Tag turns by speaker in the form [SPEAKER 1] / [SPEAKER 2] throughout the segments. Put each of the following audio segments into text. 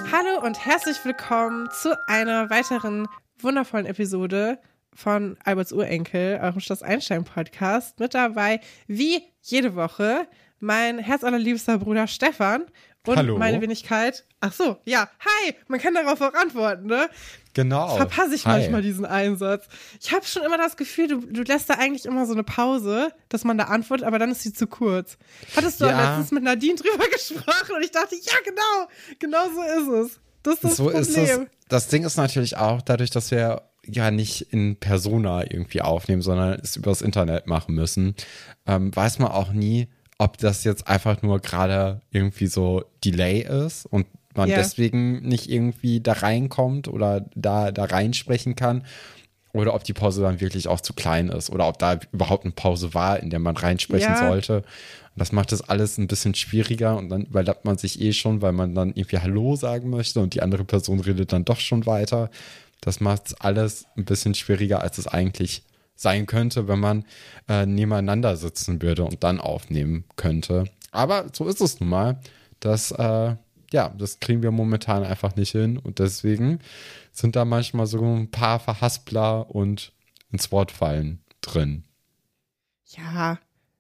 [SPEAKER 1] Hallo und herzlich willkommen zu einer weiteren wundervollen Episode von Alberts Urenkel, eurem Schloss Einstein Podcast. Mit dabei, wie jede Woche, mein herzallerliebster Bruder Stefan und
[SPEAKER 2] Hallo.
[SPEAKER 1] Meine Wenigkeit. Ach so, ja, hi, man kann darauf auch antworten, ne?
[SPEAKER 2] Genau.
[SPEAKER 1] Verpasse ich manchmal diesen Einsatz. Ich habe schon immer das Gefühl, du lässt da eigentlich immer so eine Pause, dass man da antwortet, aber dann ist sie zu kurz. Hattest du letztens mit Nadine drüber gesprochen und ich dachte, ja genau so ist es. Das ist das Problem.
[SPEAKER 2] Ist es. Das Ding ist natürlich auch, dadurch, dass wir ja nicht in Persona irgendwie aufnehmen, sondern es übers Internet machen müssen, weiß man auch nie, ob das jetzt einfach nur gerade irgendwie so Delay ist und man deswegen nicht irgendwie da reinkommt oder da reinsprechen kann oder ob die Pause dann wirklich auch zu klein ist oder ob da überhaupt eine Pause war, in der man reinsprechen sollte. Und das macht das alles ein bisschen schwieriger und dann überlappt man sich schon, weil man dann irgendwie Hallo sagen möchte und die andere Person redet dann doch schon weiter. Das macht alles ein bisschen schwieriger, als es eigentlich sein könnte, wenn man nebeneinander sitzen würde und dann aufnehmen könnte. Aber so ist es nun mal. Das kriegen wir momentan einfach nicht hin und deswegen sind da manchmal so ein paar Verhaspler und ins Wort fallen drin.
[SPEAKER 1] Ja,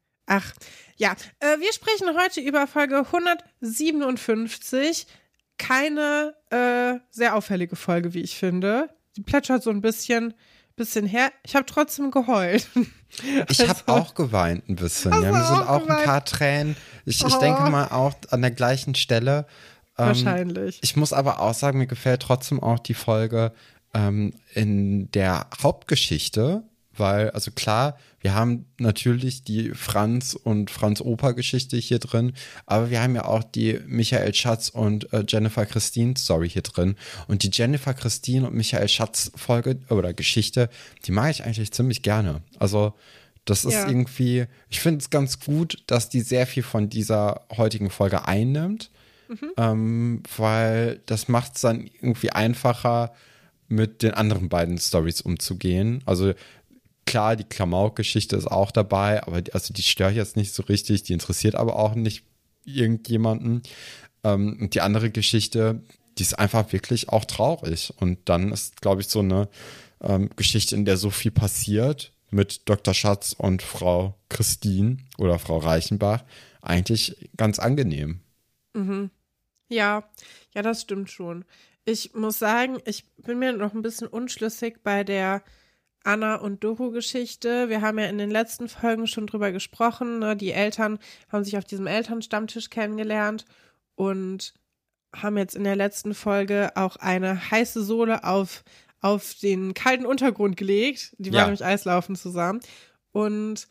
[SPEAKER 1] wir sprechen heute über Folge 157. Keine sehr auffällige Folge, wie ich finde. Die plätschert so ein bisschen her. Ich habe trotzdem geheult.
[SPEAKER 2] Ich habe auch geweint ein bisschen. Ja, mir sind auch ein paar Tränen. Ich denke mal auch an der gleichen Stelle.
[SPEAKER 1] Wahrscheinlich.
[SPEAKER 2] Ich muss aber auch sagen, mir gefällt trotzdem auch die Folge in der Hauptgeschichte, weil, also klar, wir haben natürlich die Franz Oper Geschichte hier drin, aber wir haben ja auch die Michael Schatz und Jennifer Christine Story hier drin. Und die Jennifer Christine und Michael Schatz Folge oder Geschichte, die mag ich eigentlich ziemlich gerne. Also das ist irgendwie, ich finde es ganz gut, dass die sehr viel von dieser heutigen Folge einnimmt. Weil das macht es dann irgendwie einfacher, mit den anderen beiden Storys umzugehen. Also klar, die Klamauk-Geschichte ist auch dabei, aber die stört jetzt nicht so richtig, die interessiert aber auch nicht irgendjemanden. Und die andere Geschichte, die ist einfach wirklich auch traurig. Und dann ist, glaube ich, so eine Geschichte, in der so viel passiert mit Dr. Schatz und Frau Christine oder Frau Reichenbach eigentlich ganz angenehm.
[SPEAKER 1] Mhm. Ja, das stimmt schon. Ich muss sagen, ich bin mir noch ein bisschen unschlüssig bei der Anna und Doro-Geschichte. Wir haben ja in den letzten Folgen schon drüber gesprochen, ne? Die Eltern haben sich auf diesem Elternstammtisch kennengelernt und haben jetzt in der letzten Folge auch eine heiße Sohle auf den kalten Untergrund gelegt. Die waren nämlich Eislaufen zusammen. Und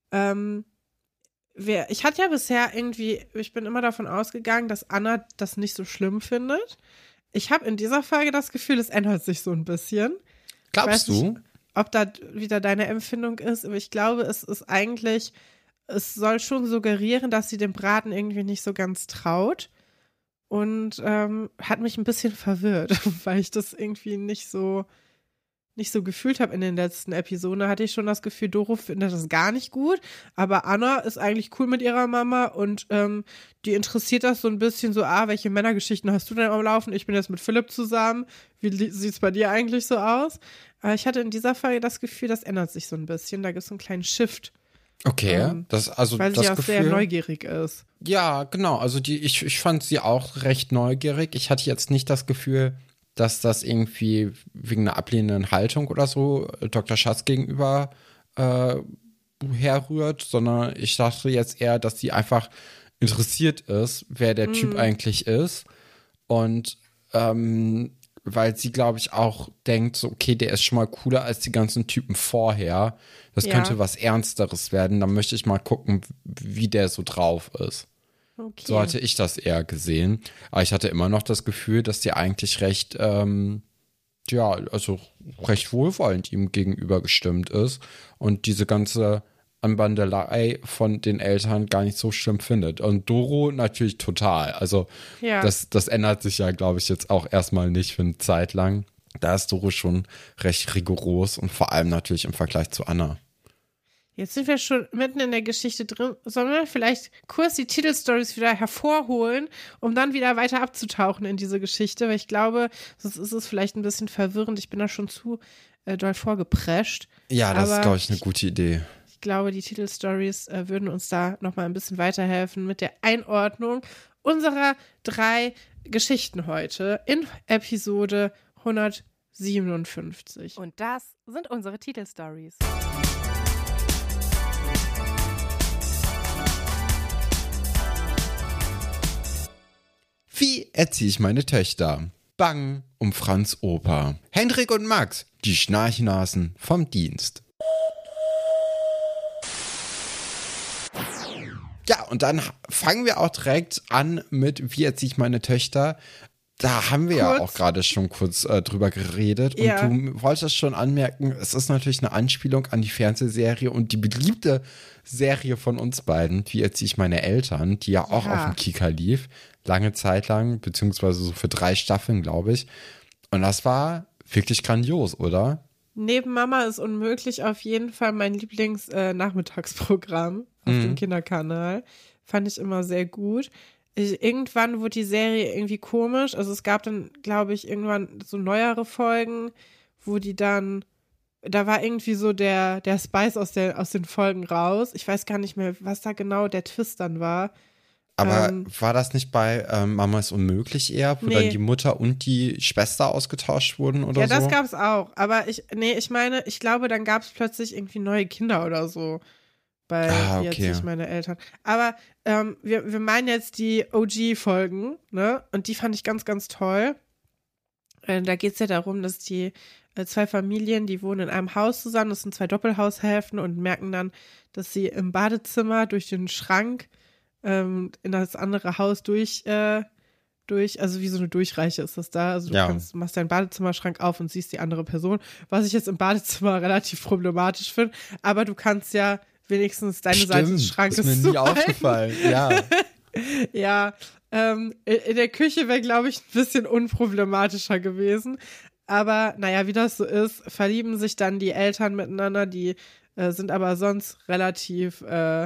[SPEAKER 1] ich hatte ja bisher irgendwie, ich bin immer davon ausgegangen, dass Anna das nicht so schlimm findet. Ich habe in dieser Folge das Gefühl, es ändert sich so ein bisschen.
[SPEAKER 2] Glaubst du?
[SPEAKER 1] Nicht, ob da wieder deine Empfindung ist, aber ich glaube, es soll schon suggerieren, dass sie dem Braten irgendwie nicht so ganz traut und hat mich ein bisschen verwirrt, weil ich das irgendwie nicht so gefühlt habe in den letzten Episoden. Da hatte ich schon das Gefühl, Doro findet das gar nicht gut, aber Anna ist eigentlich cool mit ihrer Mama und die interessiert das so ein bisschen so, welche Männergeschichten hast du denn am Laufen? Ich bin jetzt mit Philipp zusammen. Wie sieht's bei dir eigentlich so aus? Ich hatte in dieser Folge das Gefühl, das ändert sich so ein bisschen. Da gibt es so einen kleinen Shift.
[SPEAKER 2] Okay,
[SPEAKER 1] weil sie auch sehr neugierig ist.
[SPEAKER 2] Ja, genau. Also ich fand sie auch recht neugierig. Ich hatte jetzt nicht das Gefühl, dass das irgendwie wegen einer ablehnenden Haltung oder so Dr. Schatz gegenüber herrührt, sondern ich dachte jetzt eher, dass sie einfach interessiert ist, wer der Typ eigentlich ist und weil sie, glaube ich, auch denkt, so, okay, der ist schon mal cooler als die ganzen Typen vorher. Das könnte was Ernsteres werden. Dann möchte ich mal gucken, wie der so drauf ist.
[SPEAKER 1] Okay.
[SPEAKER 2] So hatte ich das eher gesehen. Aber ich hatte immer noch das Gefühl, dass die eigentlich recht wohlwollend ihm gegenüber gestimmt ist und diese ganze Anbandelei von den Eltern gar nicht so schlimm findet. Und Doro natürlich total. Also das ändert sich ja, glaube ich, jetzt auch erstmal nicht für eine Zeit lang. Da ist Doro schon recht rigoros und vor allem natürlich im Vergleich zu Anna.
[SPEAKER 1] Jetzt sind wir schon mitten in der Geschichte drin. Sollen wir vielleicht kurz die Titelstories wieder hervorholen, um dann wieder weiter abzutauchen in diese Geschichte? Weil ich glaube, sonst ist es vielleicht ein bisschen verwirrend. Ich bin da schon zu doll vorgeprescht.
[SPEAKER 2] Ja, das ist, glaube ich, eine gute Idee.
[SPEAKER 1] Ich glaube, die Titelstories würden uns da nochmal ein bisschen weiterhelfen mit der Einordnung unserer 3 Geschichten heute in Episode 157.
[SPEAKER 3] Und das sind unsere Titelstories.
[SPEAKER 2] Wie erziehe ich meine Töchter? Bang um Franz Oper. Hendrik und Max, die Schnarchnasen vom Dienst. Ja, und dann fangen wir auch direkt an mit Wie erziehe ich meine Töchter? Da haben wir ja auch gerade schon kurz drüber geredet. Und du wolltest schon anmerken, es ist natürlich eine Anspielung an die Fernsehserie und die beliebte Serie von uns beiden, Wie erziehe ich meine Eltern, die ja auch auf dem Kika lief. Lange Zeit lang, beziehungsweise so für 3 Staffeln, glaube ich. Und das war wirklich grandios, oder?
[SPEAKER 1] Neben Mama ist unmöglich auf jeden Fall mein Lieblings-Nachmittagsprogramm auf dem Kinderkanal. Fand ich immer sehr gut. Irgendwann wurde die Serie irgendwie komisch. Also es gab dann, glaube ich, irgendwann so neuere Folgen, wo die dann, da war irgendwie so der Spice aus den Folgen raus. Ich weiß gar nicht mehr, was da genau der Twist dann war.
[SPEAKER 2] Aber war das nicht bei Mama ist unmöglich eher, wo dann die Mutter und die Schwester ausgetauscht wurden oder so?
[SPEAKER 1] Ja, das gab's auch. Aber ich glaube, dann gab es plötzlich irgendwie neue Kinder oder so bei Wie erziehe ich meine Eltern. Aber wir meinen jetzt die OG-Folgen, ne? Und die fand ich ganz, ganz toll. Da geht es ja darum, dass die 2 Familien, die wohnen in einem Haus zusammen, das sind 2 Doppelhaushälften und merken dann, dass sie im Badezimmer durch den Schrank in das andere Haus durch, also wie so eine Durchreiche ist das da. Also du machst deinen Badezimmerschrank auf und siehst die andere Person, was ich jetzt im Badezimmer relativ problematisch finde, aber du kannst ja wenigstens deine Seite des Schrankes
[SPEAKER 2] ist mir nie aufgefallen, ja.
[SPEAKER 1] Ja, in der Küche wäre, glaube ich, ein bisschen unproblematischer gewesen, aber naja, wie das so ist, verlieben sich dann die Eltern miteinander, die sind aber sonst relativ,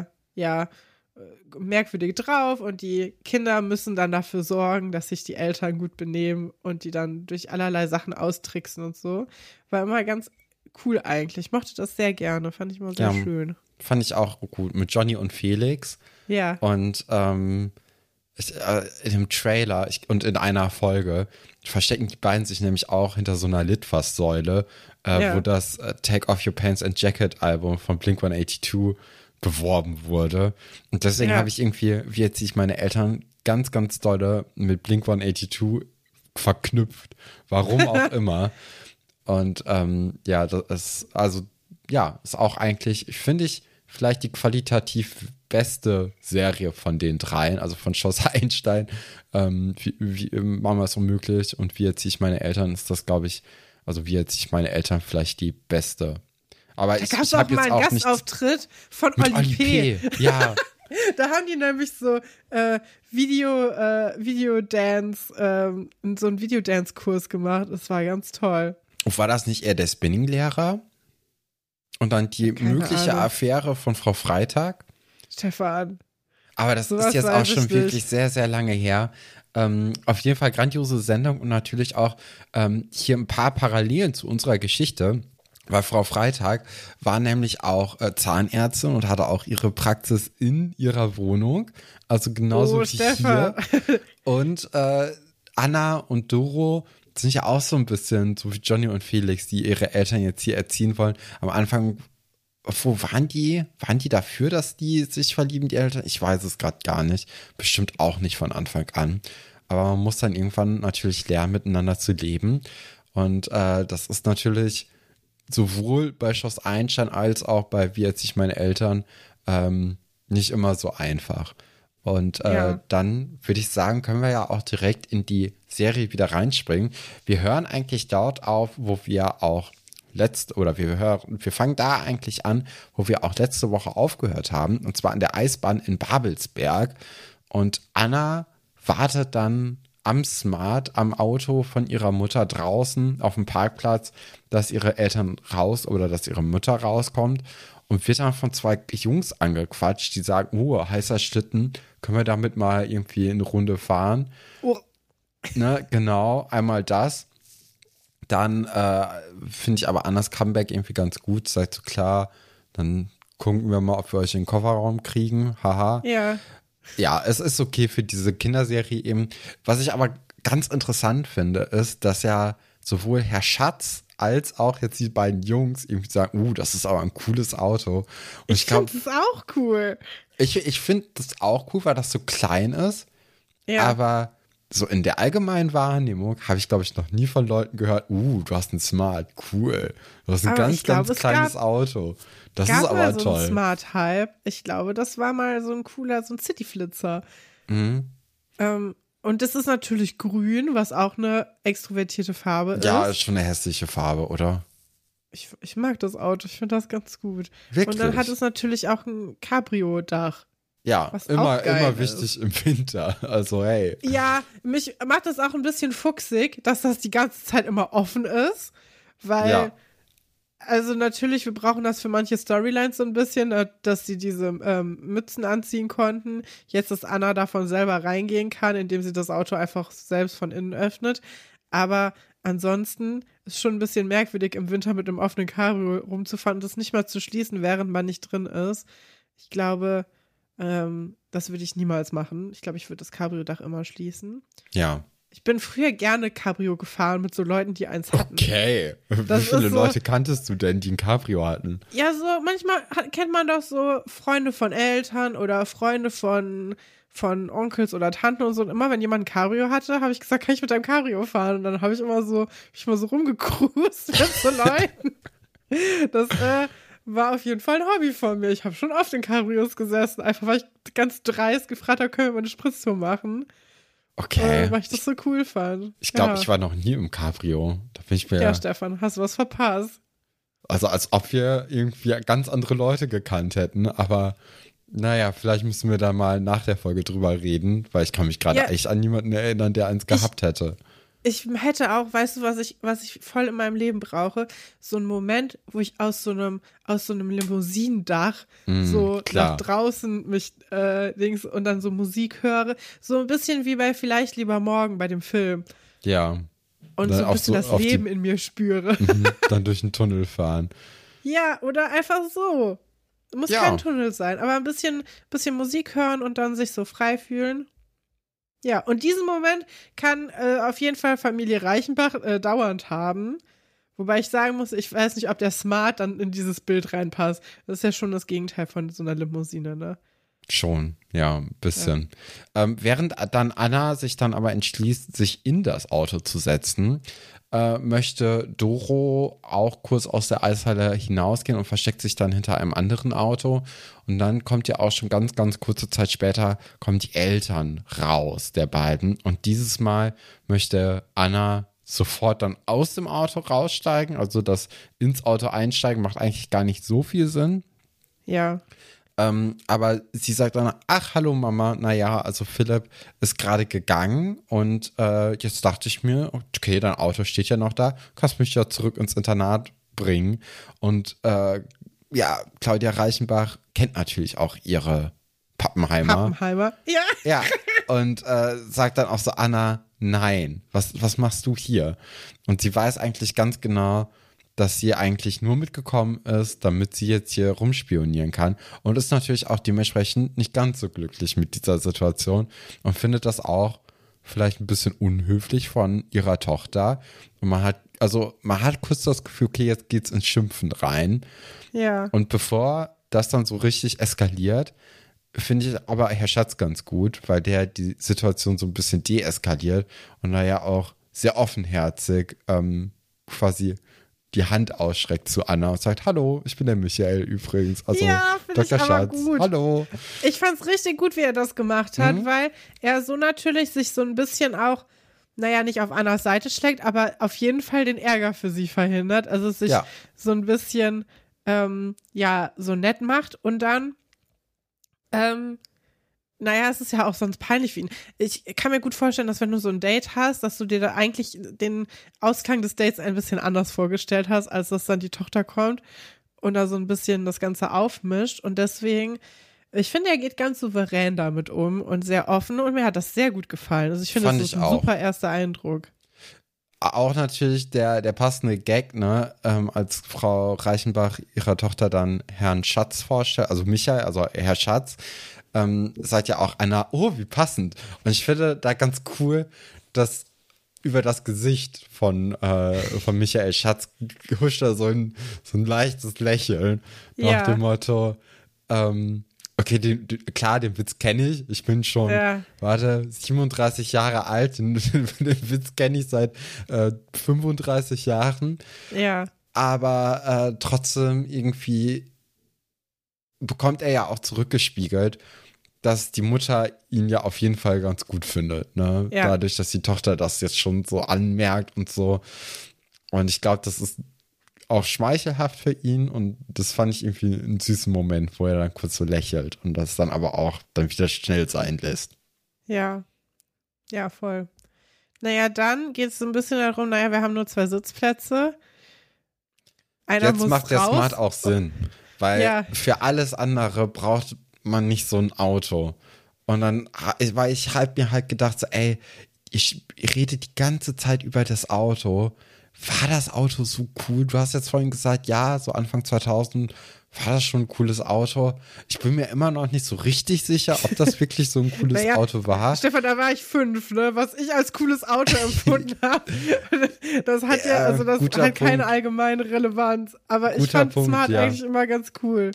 [SPEAKER 1] merkwürdig drauf und die Kinder müssen dann dafür sorgen, dass sich die Eltern gut benehmen und die dann durch allerlei Sachen austricksen und so. War immer ganz cool eigentlich. Ich mochte das sehr gerne, fand ich immer sehr schön.
[SPEAKER 2] Fand ich auch gut mit Johnny und Felix.
[SPEAKER 1] Ja.
[SPEAKER 2] Und in dem Trailer und in einer Folge verstecken die beiden sich nämlich auch hinter so einer Litfaßsäule, wo das Take Off Your Pants and Jacket Album von Blink-182 beworben wurde. Und deswegen habe ich irgendwie, wie erziehe ich meine Eltern, ganz, ganz dolle mit Blink-182 verknüpft. Warum auch immer. Und das ist, ist auch eigentlich, finde ich, vielleicht die qualitativ beste Serie von den 3, also von Schloss Einstein, wie Mama ist unmöglich und Wie erziehe ich meine Eltern, ist das, glaube ich, also Wie erziehe ich meine Eltern vielleicht die beste. Aber
[SPEAKER 1] da gab es auch mal einen Gastauftritt von Oli P.
[SPEAKER 2] Ja.
[SPEAKER 1] Da haben die nämlich so Videodance, so einen Videodance-Kurs gemacht. Das war ganz toll.
[SPEAKER 2] Und war das nicht eher der Spinning-Lehrer? Und dann die mögliche Affäre von Frau Freitag?
[SPEAKER 1] Stefan.
[SPEAKER 2] Aber das ist jetzt auch schon wirklich sehr, sehr lange her. Auf jeden Fall grandiose Sendung und natürlich auch hier ein paar Parallelen zu unserer Geschichte. Weil Frau Freitag war nämlich auch Zahnärztin und hatte auch ihre Praxis in ihrer Wohnung. Also genauso wie Stefan. Hier. Und Anna und Doro sind ja auch so ein bisschen so wie Johnny und Felix, die ihre Eltern jetzt hier erziehen wollen. Am Anfang, wo waren die? Waren die dafür, dass die sich verlieben, die Eltern? Ich weiß es gerade gar nicht. Bestimmt auch nicht von Anfang an. Aber man muss dann irgendwann natürlich lernen, miteinander zu leben. Und das ist natürlich sowohl bei Schloss Einstein als auch bei Wie erziehe ich meine Eltern nicht immer so einfach. Und dann würde ich sagen, können wir ja auch direkt in die Serie wieder reinspringen. Wir hören eigentlich dort auf, wo wir auch wir fangen da eigentlich an, wo wir auch letzte Woche aufgehört haben, und zwar an der Eisbahn in Babelsberg. Und Anna wartet dann am Auto von ihrer Mutter draußen auf dem Parkplatz, dass ihre Mutter rauskommt. und wird dann von zwei Jungs angequatscht, die sagen, heißer Schlitten, können wir damit mal irgendwie eine Runde fahren?
[SPEAKER 1] Oh.
[SPEAKER 2] Ne, genau, einmal das. Dann finde ich aber Annas Comeback irgendwie ganz gut. Seid so klar, dann gucken wir mal, ob wir euch in den Kofferraum kriegen. Haha.
[SPEAKER 1] Ja.
[SPEAKER 2] Ja, es ist okay für diese Kinderserie eben. Was ich aber ganz interessant finde, ist, dass ja sowohl Herr Schatz als auch jetzt die beiden Jungs irgendwie sagen, das ist aber ein cooles Auto. Und
[SPEAKER 1] ich finde das auch cool.
[SPEAKER 2] Ich finde das auch cool, weil das so klein ist.
[SPEAKER 1] Ja.
[SPEAKER 2] Aber so in der allgemeinen Wahrnehmung habe ich, glaube ich, noch nie von Leuten gehört, du hast ein Smart, cool. Du hast ein
[SPEAKER 1] Aber
[SPEAKER 2] ganz kleines Auto. Das ist aber
[SPEAKER 1] mal so
[SPEAKER 2] toll.
[SPEAKER 1] Ein Smart-Hype. Ich glaube, das war mal so ein cooler, so ein City-Flitzer.
[SPEAKER 2] Mhm.
[SPEAKER 1] Und das ist natürlich grün, was auch eine extrovertierte Farbe ist.
[SPEAKER 2] Ja, ist schon eine hässliche Farbe, oder?
[SPEAKER 1] Ich mag das Auto, ich finde das ganz gut.
[SPEAKER 2] Wirklich?
[SPEAKER 1] Und dann hat es natürlich auch ein Cabrio-Dach.
[SPEAKER 2] Ja,
[SPEAKER 1] was
[SPEAKER 2] immer
[SPEAKER 1] auch geil
[SPEAKER 2] wichtig im Winter. Also hey.
[SPEAKER 1] Ja, mich macht das auch ein bisschen fuchsig, dass das die ganze Zeit immer offen ist, weil, also natürlich, wir brauchen das für manche Storylines so ein bisschen, dass sie diese Mützen anziehen konnten. Jetzt, dass Anna davon selber reingehen kann, indem sie das Auto einfach selbst von innen öffnet. Aber ansonsten ist schon ein bisschen merkwürdig, im Winter mit einem offenen Cabrio rumzufahren und das nicht mal zu schließen, während man nicht drin ist. Ich glaube, das würde ich niemals machen. Ich glaube, ich würde das Cabrio-Dach immer schließen.
[SPEAKER 2] Ja.
[SPEAKER 1] Ich bin früher gerne Cabrio gefahren mit so Leuten, die eins hatten.
[SPEAKER 2] Okay. Wie viele Leute kanntest du denn, die ein Cabrio hatten?
[SPEAKER 1] Ja, so manchmal kennt man doch so Freunde von Eltern oder Freunde von Onkels oder Tanten und so. Und immer, wenn jemand ein Cabrio hatte, habe ich gesagt, kann ich mit deinem Cabrio fahren? Und dann habe ich immer so rumgecruised mit so Leuten. Das war auf jeden Fall ein Hobby von mir. Ich habe schon oft in Cabrios gesessen, einfach weil ich ganz dreist gefragt habe, können wir mal eine Spritztour machen?
[SPEAKER 2] Okay.
[SPEAKER 1] Weil ich das so cool fand.
[SPEAKER 2] Ich glaube, ich war noch nie im Cabrio. Da bin ich mir.
[SPEAKER 1] Ja, Stefan, hast du was verpasst?
[SPEAKER 2] Also als ob wir irgendwie ganz andere Leute gekannt hätten, aber naja, vielleicht müssen wir da mal nach der Folge drüber reden, weil ich kann mich gerade echt an niemanden erinnern, der eins gehabt hätte.
[SPEAKER 1] Ich hätte auch, weißt du, was ich voll in meinem Leben brauche? So einen Moment, wo ich aus so einem Limousinendach so nach draußen mich und dann so Musik höre. So ein bisschen wie bei Vielleicht lieber morgen bei dem Film.
[SPEAKER 2] Ja.
[SPEAKER 1] Und so ein bisschen das Leben in mir spüre.
[SPEAKER 2] Dann durch den Tunnel fahren.
[SPEAKER 1] Ja, oder einfach so. Muss kein Tunnel sein, aber ein bisschen Musik hören und dann sich so frei fühlen. Ja, und diesen Moment kann auf jeden Fall Familie Reichenbach dauernd haben. Wobei ich sagen muss, ich weiß nicht, ob der Smart dann in dieses Bild reinpasst. Das ist ja schon das Gegenteil von so einer Limousine, ne?
[SPEAKER 2] Schon, ja, ein bisschen. Ja. Während dann Anna sich dann aber entschließt, sich in das Auto zu setzen, möchte Doro auch kurz aus der Eishalle hinausgehen und versteckt sich dann hinter einem anderen Auto. Und dann kommt ja auch schon ganz, ganz kurze Zeit später, kommen die Eltern raus, der beiden. Und dieses Mal möchte Anna sofort dann aus dem Auto raussteigen. Also das ins Auto einsteigen macht eigentlich gar nicht so viel Sinn.
[SPEAKER 1] Ja.
[SPEAKER 2] Aber sie sagt dann, ach, hallo Mama, naja, also Philipp ist gerade gegangen und jetzt dachte ich mir, okay, dein Auto steht ja noch da, kannst mich ja zurück ins Internat bringen. Und Claudia Reichenbach kennt natürlich auch ihre Pappenheimer.
[SPEAKER 1] Ja.
[SPEAKER 2] Ja, und sagt dann auch so, Anna, nein, was machst du hier? Und sie weiß eigentlich ganz genau, dass sie eigentlich nur mitgekommen ist, damit sie jetzt hier rumspionieren kann und ist natürlich auch dementsprechend nicht ganz so glücklich mit dieser Situation und findet das auch vielleicht ein bisschen unhöflich von ihrer Tochter. Und man hat kurz das Gefühl, okay, jetzt geht's ins Schimpfen rein.
[SPEAKER 1] Ja.
[SPEAKER 2] Und bevor das dann so richtig eskaliert, finde ich aber Herr Schatz ganz gut, weil der die Situation so ein bisschen deeskaliert und naja auch sehr offenherzig quasi die Hand ausschreckt zu Anna und sagt, hallo, ich bin der Michael übrigens. Also
[SPEAKER 1] ja,
[SPEAKER 2] Dr. Schatz,
[SPEAKER 1] gut.
[SPEAKER 2] Hallo.
[SPEAKER 1] Ich fand's richtig gut, wie er das gemacht hat, weil er so natürlich sich so ein bisschen auch, naja, nicht auf Annas Seite schlägt, aber auf jeden Fall den Ärger für sie verhindert. Also sich so ein bisschen, so nett macht und dann, naja, es ist ja auch sonst peinlich für ihn. Ich kann mir gut vorstellen, dass wenn du so ein Date hast, dass du dir da eigentlich den Ausgang des Dates ein bisschen anders vorgestellt hast, als dass dann die Tochter kommt. und da so ein bisschen das Ganze aufmischt. Und deswegen, ich finde, er geht ganz souverän damit um und sehr offen. Und mir hat das sehr gut gefallen. Also ich finde, das ist ein super erster Eindruck.
[SPEAKER 2] Auch natürlich der passende Gag, ne, als Frau Reichenbach ihrer Tochter dann Herrn Schatz vorstellt, also Michael, also Herr Schatz, sagt ja auch einer, oh, wie passend. Und ich finde da ganz cool, dass über das Gesicht von Michael Schatz huscht da so ein leichtes Lächeln nach dem Motto, okay, klar, den Witz kenne ich. Ich bin schon, 37 Jahre alt. Den Witz kenne ich seit 35 Jahren.
[SPEAKER 1] Ja.
[SPEAKER 2] Aber trotzdem irgendwie bekommt er ja auch zurückgespiegelt, dass die Mutter ihn ja auf jeden Fall ganz gut findet. Ne? Ja. Dadurch, dass die Tochter das jetzt schon so anmerkt und so. Und ich glaube, das ist auch schmeichelhaft für ihn und das fand ich irgendwie einen süßen Moment, wo er dann kurz so lächelt und das dann aber auch dann wieder schnell sein lässt.
[SPEAKER 1] Ja, ja, voll. Naja, dann geht es so ein bisschen darum, wir haben nur 2 Sitzplätze. Einer
[SPEAKER 2] Jetzt
[SPEAKER 1] muss
[SPEAKER 2] macht der
[SPEAKER 1] raus.
[SPEAKER 2] Smart auch Sinn, weil für alles andere braucht man nicht so ein Auto. Und dann, weil ich halt mir halt gedacht, so, ey, ich rede die ganze Zeit über das Auto. War das Auto so cool? Du hast jetzt vorhin gesagt, ja, so Anfang 2000 war das schon ein cooles Auto. Ich bin mir immer noch nicht so richtig sicher, ob das wirklich so ein cooles Auto war.
[SPEAKER 1] Stefan, da war ich 5, ne? Was ich als cooles Auto empfunden habe. Das hat das hat keine allgemeine Relevanz. Aber ich fand Smart eigentlich immer ganz cool.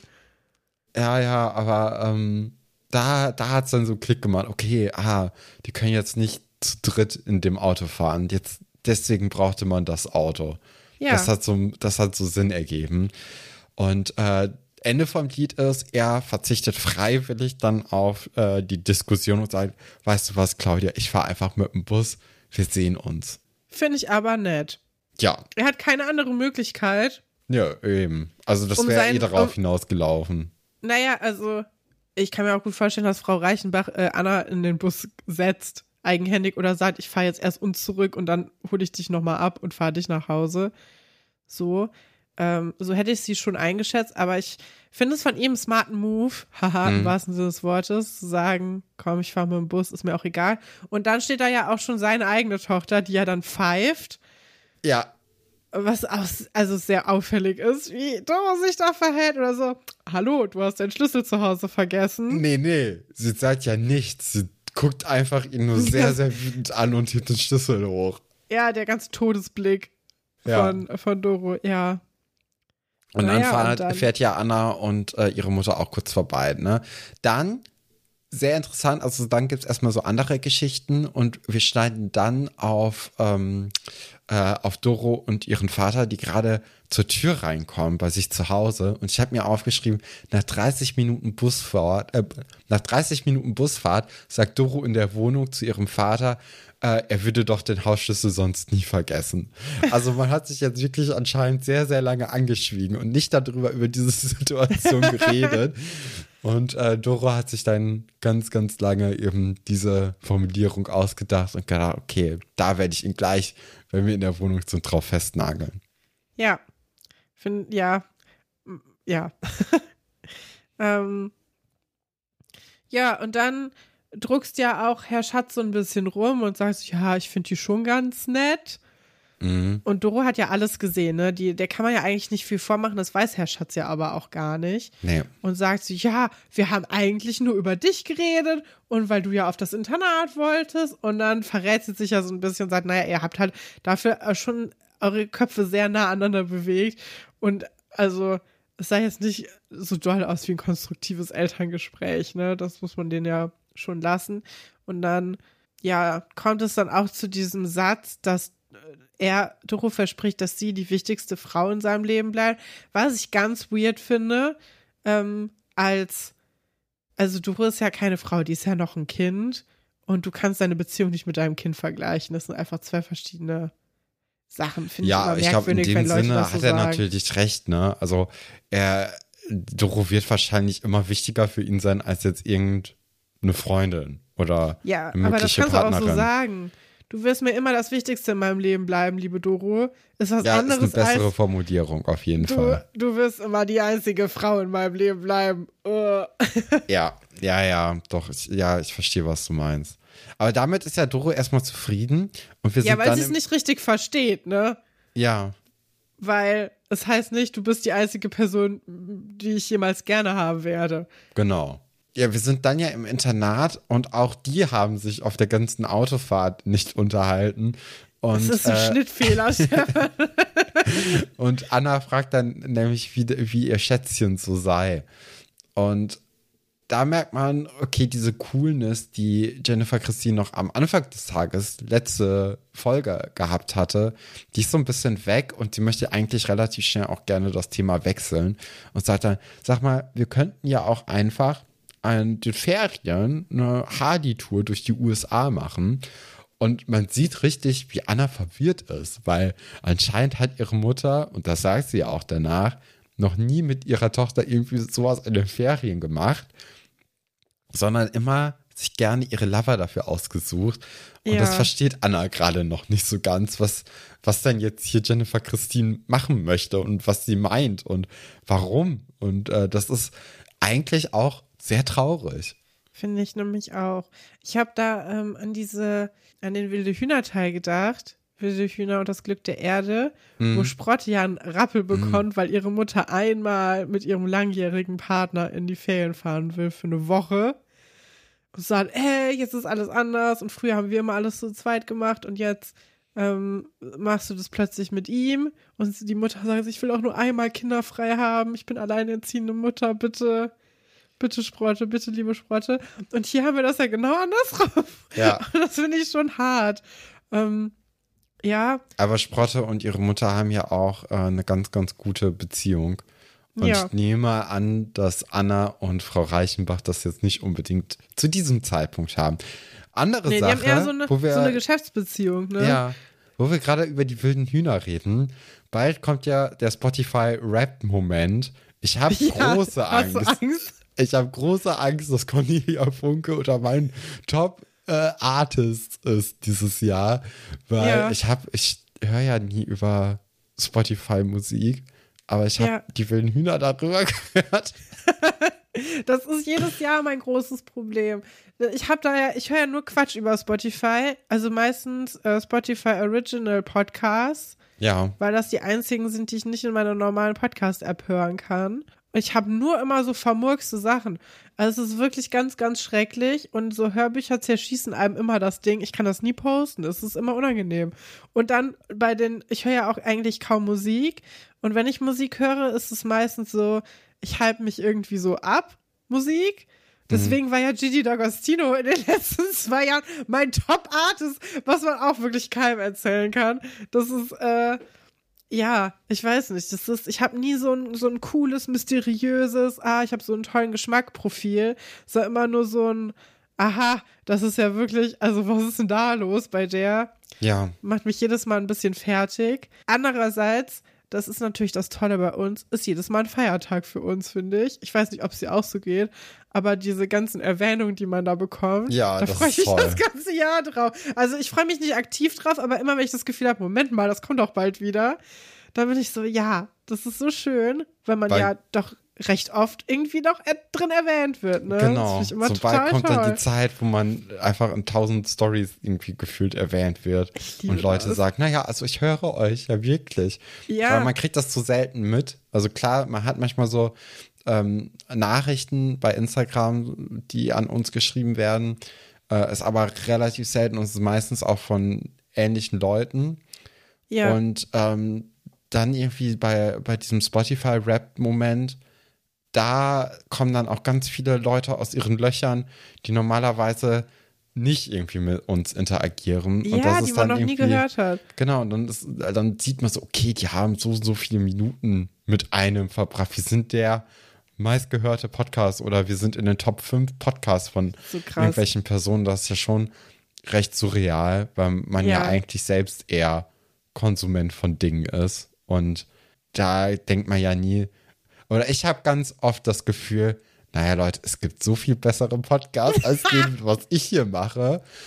[SPEAKER 2] Ja, aber da hat es dann so einen Klick gemacht. Okay, die können jetzt nicht zu dritt in dem Auto fahren. Deswegen brauchte man das Auto. Ja. Das hat so Sinn ergeben. Und Ende vom Lied ist, er verzichtet freiwillig dann auf die Diskussion und sagt, weißt du was, Claudia, ich fahre einfach mit dem Bus, wir sehen uns.
[SPEAKER 1] Finde ich aber nett.
[SPEAKER 2] Ja.
[SPEAKER 1] Er hat keine andere Möglichkeit.
[SPEAKER 2] Ja, eben. Also das wäre darauf hinausgelaufen.
[SPEAKER 1] Naja, also ich kann mir auch gut vorstellen, dass Frau Reichenbach Anna in den Bus setzt. Eigenhändig oder sagt, ich fahre jetzt erst uns zurück und dann hole ich dich nochmal ab und fahre dich nach Hause. So hätte ich sie schon eingeschätzt, aber ich finde es von ihm einen smarten Move, im wahrsten Sinne des Wortes, zu sagen, komm, ich fahre mit dem Bus, ist mir auch egal. Und dann steht da ja auch schon seine eigene Tochter, die ja dann pfeift.
[SPEAKER 2] Ja.
[SPEAKER 1] Was auch sehr auffällig ist, wie Doro sich da verhält oder so. Hallo, du hast deinen Schlüssel zu Hause vergessen.
[SPEAKER 2] Nee, sie sagt ja nichts, sie guckt einfach ihn nur sehr, sehr wütend an und hebt den Schlüssel hoch.
[SPEAKER 1] Ja, der ganze Todesblick von Doro, ja.
[SPEAKER 2] Und dann fährt ja Anna und ihre Mutter auch kurz vorbei, ne? Dann, sehr interessant, also dann gibt es erstmal so andere Geschichten und wir schneiden dann auf Doro und ihren Vater, die gerade zur Tür reinkommen bei sich zu Hause. Und ich habe mir aufgeschrieben, nach 30 Minuten Busfahrt sagt Doro in der Wohnung zu ihrem Vater, er würde doch den Hausschlüssel sonst nie vergessen. Also man hat sich jetzt wirklich anscheinend sehr, sehr lange angeschwiegen und nicht über diese Situation geredet. Und Doro hat sich dann ganz, ganz lange eben diese Formulierung ausgedacht und gedacht, okay, da werde ich ihn gleich, wenn wir in der Wohnung sind, drauf festnageln.
[SPEAKER 1] Ja. Ja. Ja, und dann druckst ja auch Herr Schatz so ein bisschen rum und sagst, ja, ich finde die schon ganz nett. Mhm. Und Doro hat ja alles gesehen, ne? Der kann man ja eigentlich nicht viel vormachen, das weiß Herr Schatz ja aber auch gar nicht.
[SPEAKER 2] Nee.
[SPEAKER 1] Und sagt so, ja, wir haben eigentlich nur über dich geredet und weil du ja auf das Internat wolltest. Und dann verrät sie sich ja so ein bisschen und sagt, naja, ihr habt halt dafür schon eure Köpfe sehr nah aneinander bewegt. Und also, es sah jetzt nicht so doll aus wie ein konstruktives Elterngespräch, ne? Das muss man denen ja schon lassen. Und dann, ja, kommt es dann auch zu diesem Satz, dass Doro verspricht, dass sie die wichtigste Frau in seinem Leben bleibt, was ich ganz weird finde, also Doro ist ja keine Frau, die ist ja noch ein Kind und du kannst deine Beziehung nicht mit deinem Kind vergleichen. Das sind einfach 2 verschiedene Sachen, finde ich immer merkwürdig,
[SPEAKER 2] ich glaube, in dem Sinne
[SPEAKER 1] so
[SPEAKER 2] hat er natürlich recht, ne? Also Doro wird wahrscheinlich immer wichtiger für ihn sein, als jetzt irgendeine Freundin oder eine mögliche Partnerin.
[SPEAKER 1] Ja, aber das kannst du auch so sagen. du wirst mir immer das Wichtigste in meinem Leben bleiben, liebe Doro. Ist was
[SPEAKER 2] Ja,
[SPEAKER 1] anderes
[SPEAKER 2] ist eine bessere
[SPEAKER 1] als
[SPEAKER 2] Formulierung auf jeden Fall.
[SPEAKER 1] du wirst immer die einzige Frau in meinem Leben bleiben.
[SPEAKER 2] Ja, doch, ich verstehe, was du meinst. Aber damit ist ja Doro erstmal zufrieden und wir sind
[SPEAKER 1] Ja, weil
[SPEAKER 2] dann
[SPEAKER 1] sie es nicht richtig versteht, ne?
[SPEAKER 2] Ja,
[SPEAKER 1] Weil es heißt nicht, du bist die einzige Person, die ich jemals gerne haben werde.
[SPEAKER 2] genau. Ja, wir sind dann ja im Internat und auch die haben sich auf der ganzen Autofahrt nicht unterhalten. Und,
[SPEAKER 1] Das ist ein Schnittfehler, Stefan.
[SPEAKER 2] und Anna fragt dann nämlich, wie ihr Schätzchen so sei. Und da merkt man, okay, diese Coolness, die Jennifer Christine noch am Anfang des Tages, letzte Folge gehabt hatte, die ist so ein bisschen weg und sie möchte eigentlich relativ schnell auch gerne das Thema wechseln und sagt dann, sag mal, wir könnten ja auch einfach an den Ferien eine Hardy-Tour durch die USA machen. Und man sieht richtig, wie Anna verwirrt ist, weil anscheinend hat ihre Mutter, und das sagt sie ja auch danach, noch nie mit ihrer Tochter irgendwie sowas in den Ferien gemacht, sondern immer sich gerne ihre Lover dafür ausgesucht. Und
[SPEAKER 1] Ja.
[SPEAKER 2] das versteht Anna gerade noch nicht so ganz, was denn jetzt hier Jennifer Christine machen möchte und was sie meint und warum. Und das ist eigentlich auch sehr traurig.
[SPEAKER 1] Finde ich nämlich auch. Ich habe da an den wilde Hühner-Teil gedacht. Wilde Hühner und das Glück der Erde, wo Sprotte ja einen Rappel bekommt, weil ihre Mutter einmal mit ihrem langjährigen Partner in die Ferien fahren will für eine Woche. Und sagt, hey, jetzt ist alles anders und früher haben wir immer alles zu zweit gemacht und jetzt machst du das plötzlich mit ihm. Und die Mutter sagt, ich will auch nur einmal kinderfrei haben, ich bin alleinerziehende Mutter, bitte. Bitte Sprotte, bitte liebe Sprotte. Und hier haben wir das ja genau andersrum.
[SPEAKER 2] Ja.
[SPEAKER 1] Und das finde ich schon hart. Ja.
[SPEAKER 2] Aber Sprotte und ihre Mutter haben ja auch eine ganz, ganz gute Beziehung. Und
[SPEAKER 1] Ja.
[SPEAKER 2] ich nehme an, dass Anna und Frau Reichenbach das jetzt nicht unbedingt zu diesem Zeitpunkt haben. Andere
[SPEAKER 1] Nee, die
[SPEAKER 2] Sache,
[SPEAKER 1] haben eher so
[SPEAKER 2] wo wir,
[SPEAKER 1] eine Geschäftsbeziehung, ne?
[SPEAKER 2] ja, wo wir gerade über die wilden Hühner reden. Bald kommt ja der Spotify-Rap-Moment. Ich habe große
[SPEAKER 1] hast du
[SPEAKER 2] Angst.
[SPEAKER 1] Angst?
[SPEAKER 2] Ich habe große Angst, dass Cornelia Funke unter meinen Top-Artists ist dieses Jahr, weil ich höre ja nie über Spotify Musik, aber ich habe die wilden Hühner darüber gehört.
[SPEAKER 1] Das ist jedes Jahr mein großes Problem. Ich höre ja nur Quatsch über Spotify, also meistens Spotify Original Podcasts,
[SPEAKER 2] Ja,
[SPEAKER 1] weil das die einzigen sind, die ich nicht in meiner normalen Podcast-App hören kann. Ich habe nur immer so vermurkste Sachen. Also es ist wirklich ganz, ganz schrecklich und so Hörbücher zerschießen einem immer das Ding. Ich kann das nie posten, es ist immer unangenehm. Und dann ich höre ja auch eigentlich kaum Musik und wenn ich Musik höre, ist es meistens so, ich halte mich irgendwie so ab, Musik. Deswegen war ja Gigi D'Agostino in den letzten 2 Jahren mein Top-Artist, was man auch wirklich keinem erzählen kann. Das ist, ja, ich weiß nicht. Ich habe nie so ein cooles, mysteriöses, ich habe so einen tollen Geschmackprofil. Es war immer nur so ein, aha, das ist ja wirklich, also was ist denn da los bei der?
[SPEAKER 2] ja.
[SPEAKER 1] Macht mich jedes Mal ein bisschen fertig. Andererseits, das ist natürlich das Tolle bei uns, ist jedes Mal ein Feiertag für uns, finde ich. Ich weiß nicht, ob es dir auch so geht, aber diese ganzen Erwähnungen, die man da bekommt,
[SPEAKER 2] Ja,
[SPEAKER 1] da
[SPEAKER 2] das
[SPEAKER 1] freue
[SPEAKER 2] ist
[SPEAKER 1] ich mich
[SPEAKER 2] toll.
[SPEAKER 1] das ganze Jahr drauf. Also ich freue mich nicht aktiv drauf, aber immer, wenn ich das Gefühl habe, Moment mal, das kommt doch bald wieder, dann bin ich so, ja, das ist so schön, wenn man ja doch recht oft irgendwie noch drin erwähnt wird, ne? Das
[SPEAKER 2] Genau.
[SPEAKER 1] finde ich immer
[SPEAKER 2] So
[SPEAKER 1] total
[SPEAKER 2] bald kommt
[SPEAKER 1] toll.
[SPEAKER 2] dann die Zeit, wo man einfach in 1000 Stories irgendwie gefühlt erwähnt wird.
[SPEAKER 1] liebe
[SPEAKER 2] Und Leute
[SPEAKER 1] das.
[SPEAKER 2] sagen, naja, also ich höre euch, ja wirklich.
[SPEAKER 1] Ja.
[SPEAKER 2] Weil man kriegt das so selten mit. Also klar, man hat manchmal so Nachrichten bei Instagram, die an uns geschrieben werden. Ist aber relativ selten und es ist meistens auch von ähnlichen Leuten.
[SPEAKER 1] Ja.
[SPEAKER 2] Und dann irgendwie bei diesem Spotify-Rap-Moment, da kommen dann auch ganz viele Leute aus ihren Löchern, die normalerweise nicht irgendwie mit uns interagieren.
[SPEAKER 1] Ja,
[SPEAKER 2] und das ist
[SPEAKER 1] die man
[SPEAKER 2] dann
[SPEAKER 1] noch nie
[SPEAKER 2] irgendwie,
[SPEAKER 1] gehört hat.
[SPEAKER 2] Genau, und dann sieht man so, okay, die haben so viele Minuten mit einem verbracht. Wir sind der meistgehörte Podcast oder wir sind in den Top 5 Podcasts von
[SPEAKER 1] So krass.
[SPEAKER 2] irgendwelchen Personen. Das ist ja schon recht surreal, weil man ja eigentlich selbst eher Konsument von Dingen ist. Und da denkt man ja nie, oder ich habe ganz oft das Gefühl, naja Leute, es gibt so viel bessere Podcasts als den, was ich hier mache.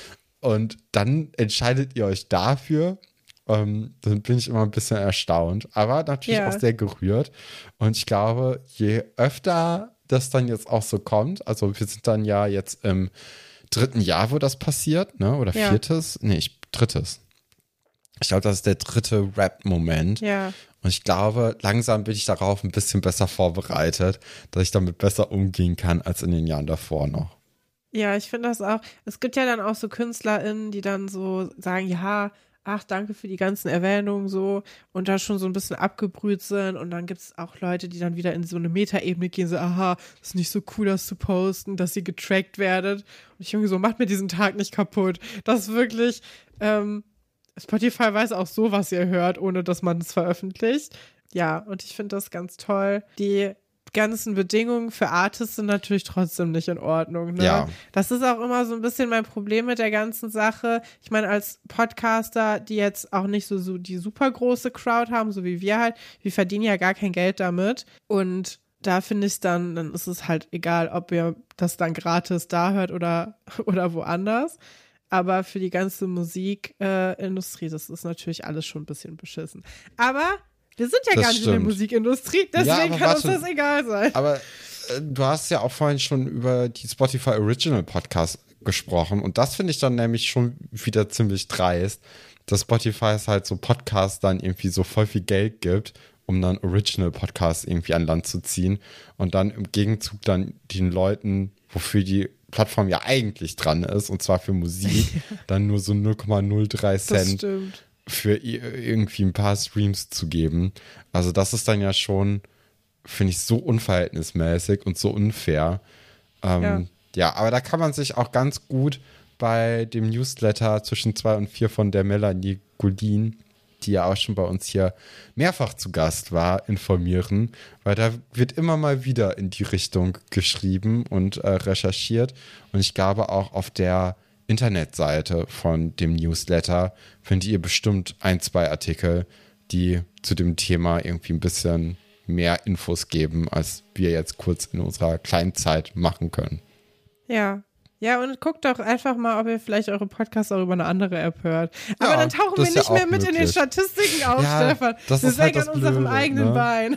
[SPEAKER 2] Und dann entscheidet ihr euch dafür. Dann bin ich immer ein bisschen erstaunt, aber natürlich auch sehr gerührt. Und ich glaube, je öfter das dann jetzt auch so kommt, also wir sind dann ja jetzt im 3. Jahr, wo das passiert, ne? Oder 4. Nee, 3. Ich glaube, das ist der 3. Rap-Moment.
[SPEAKER 1] Ja.
[SPEAKER 2] Und ich glaube, langsam bin ich darauf ein bisschen besser vorbereitet, dass ich damit besser umgehen kann als in den Jahren davor noch.
[SPEAKER 1] Ja, ich finde das auch. Es gibt ja dann auch so KünstlerInnen, die dann so sagen, ja, ach, danke für die ganzen Erwähnungen so und da schon so ein bisschen abgebrüht sind und dann gibt es auch Leute, die dann wieder in so eine Metaebene gehen, so, aha, ist nicht so cool, das zu posten, dass ihr getrackt werdet. Und ich irgendwie so, macht mir diesen Tag nicht kaputt. Das ist wirklich, Spotify weiß auch so, was ihr hört, ohne dass man es veröffentlicht. Ja, und ich finde das ganz toll. Die ganzen Bedingungen für Artists sind natürlich trotzdem nicht in Ordnung. Ne?
[SPEAKER 2] Ja.
[SPEAKER 1] Das ist auch immer so ein bisschen mein Problem mit der ganzen Sache. Ich meine, als Podcaster, die jetzt auch nicht so die super große Crowd haben, so wie wir halt, wir verdienen ja gar kein Geld damit. Und da finde ich dann ist es halt egal, ob ihr das dann gratis da hört oder woanders. Aber für die ganze Musikindustrie, das ist natürlich alles schon ein bisschen beschissen. Aber wir sind ja
[SPEAKER 2] Das
[SPEAKER 1] gar nicht in der
[SPEAKER 2] stimmt.
[SPEAKER 1] Musikindustrie, deswegen kann uns das egal sein.
[SPEAKER 2] Aber du hast ja auch vorhin schon über die Spotify Original Podcast gesprochen und das finde ich dann nämlich schon wieder ziemlich dreist, dass Spotify es halt so Podcasts dann irgendwie so voll viel Geld gibt, um dann Original Podcasts irgendwie an Land zu ziehen und dann im Gegenzug dann den Leuten, wofür die Plattform ja eigentlich dran ist, und zwar für Musik, dann nur so 0,03 Cent für irgendwie ein paar Streams zu geben. Also das ist dann ja schon, finde ich, so unverhältnismäßig und so unfair. Ja, aber da kann man sich auch ganz gut bei dem Newsletter zwischen 2 und 4 von der Melanie Goldin, die ja auch schon bei uns hier mehrfach zu Gast war, informieren, weil da wird immer mal wieder in die Richtung geschrieben und recherchiert. Und ich glaube auch auf der Internetseite von dem Newsletter findet ihr bestimmt 1, 2 Artikel, die zu dem Thema irgendwie ein bisschen mehr Infos geben, als wir jetzt kurz in unserer kleinen Zeit machen können.
[SPEAKER 1] Ja. Ja, und guckt doch einfach mal, ob ihr vielleicht eure Podcasts auch über eine andere App hört. Aber
[SPEAKER 2] Ja,
[SPEAKER 1] dann tauchen wir
[SPEAKER 2] das ist
[SPEAKER 1] nicht
[SPEAKER 2] ja
[SPEAKER 1] mehr
[SPEAKER 2] auch
[SPEAKER 1] mit in den
[SPEAKER 2] möglich.
[SPEAKER 1] Statistiken auf,
[SPEAKER 2] Ja,
[SPEAKER 1] Stefan.
[SPEAKER 2] das
[SPEAKER 1] Wir
[SPEAKER 2] ist halt
[SPEAKER 1] sägen
[SPEAKER 2] das
[SPEAKER 1] an unserem
[SPEAKER 2] Blöde,
[SPEAKER 1] eigenen
[SPEAKER 2] ne?
[SPEAKER 1] Bein.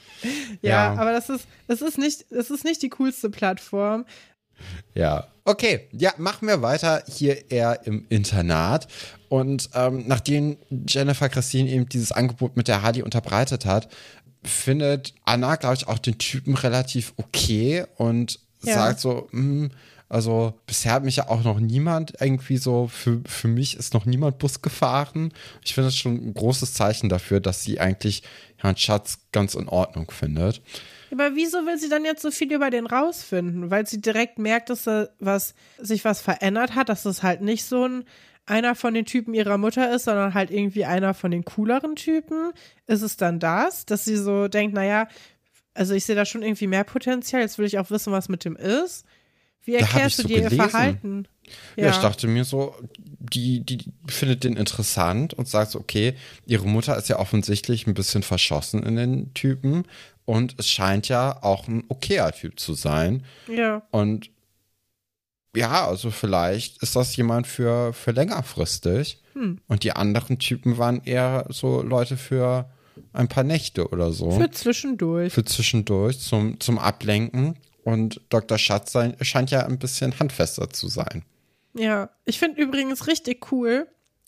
[SPEAKER 2] Ja.
[SPEAKER 1] Aber es ist nicht die coolste Plattform.
[SPEAKER 2] Ja, okay. Ja, machen wir weiter hier eher im Internat. Und nachdem Jennifer Christine eben dieses Angebot mit der Hardy unterbreitet hat, findet Anna, glaube ich, auch den Typen relativ okay und sagt so, also bisher hat mich ja auch noch niemand irgendwie so, für mich ist noch niemand Bus gefahren. Ich finde das schon ein großes Zeichen dafür, dass sie eigentlich Herrn Schatz ganz in Ordnung findet.
[SPEAKER 1] Aber wieso will sie dann jetzt so viel über den rausfinden? Weil sie direkt merkt, dass sich was verändert hat, dass es halt nicht so einer von den Typen ihrer Mutter ist, sondern halt irgendwie einer von den cooleren Typen. Ist es dann das, dass sie so denkt, naja, also ich sehe da schon irgendwie mehr Potenzial, jetzt will ich auch wissen, was mit dem ist. Wie erklärst du dir ihr Verhalten?
[SPEAKER 2] Ja, ich dachte mir so, die findet den interessant und sagt so, okay, ihre Mutter ist ja offensichtlich ein bisschen verschossen in den Typen und es scheint ja auch ein okayer Typ zu sein.
[SPEAKER 1] Ja.
[SPEAKER 2] Und ja, also vielleicht ist das jemand für längerfristig und die anderen Typen waren eher so Leute für ein paar Nächte oder so.
[SPEAKER 1] Für zwischendurch.
[SPEAKER 2] Für zwischendurch zum Ablenken. Und Dr. Schatz scheint ja ein bisschen handfester zu sein.
[SPEAKER 1] Ja, ich finde übrigens richtig cool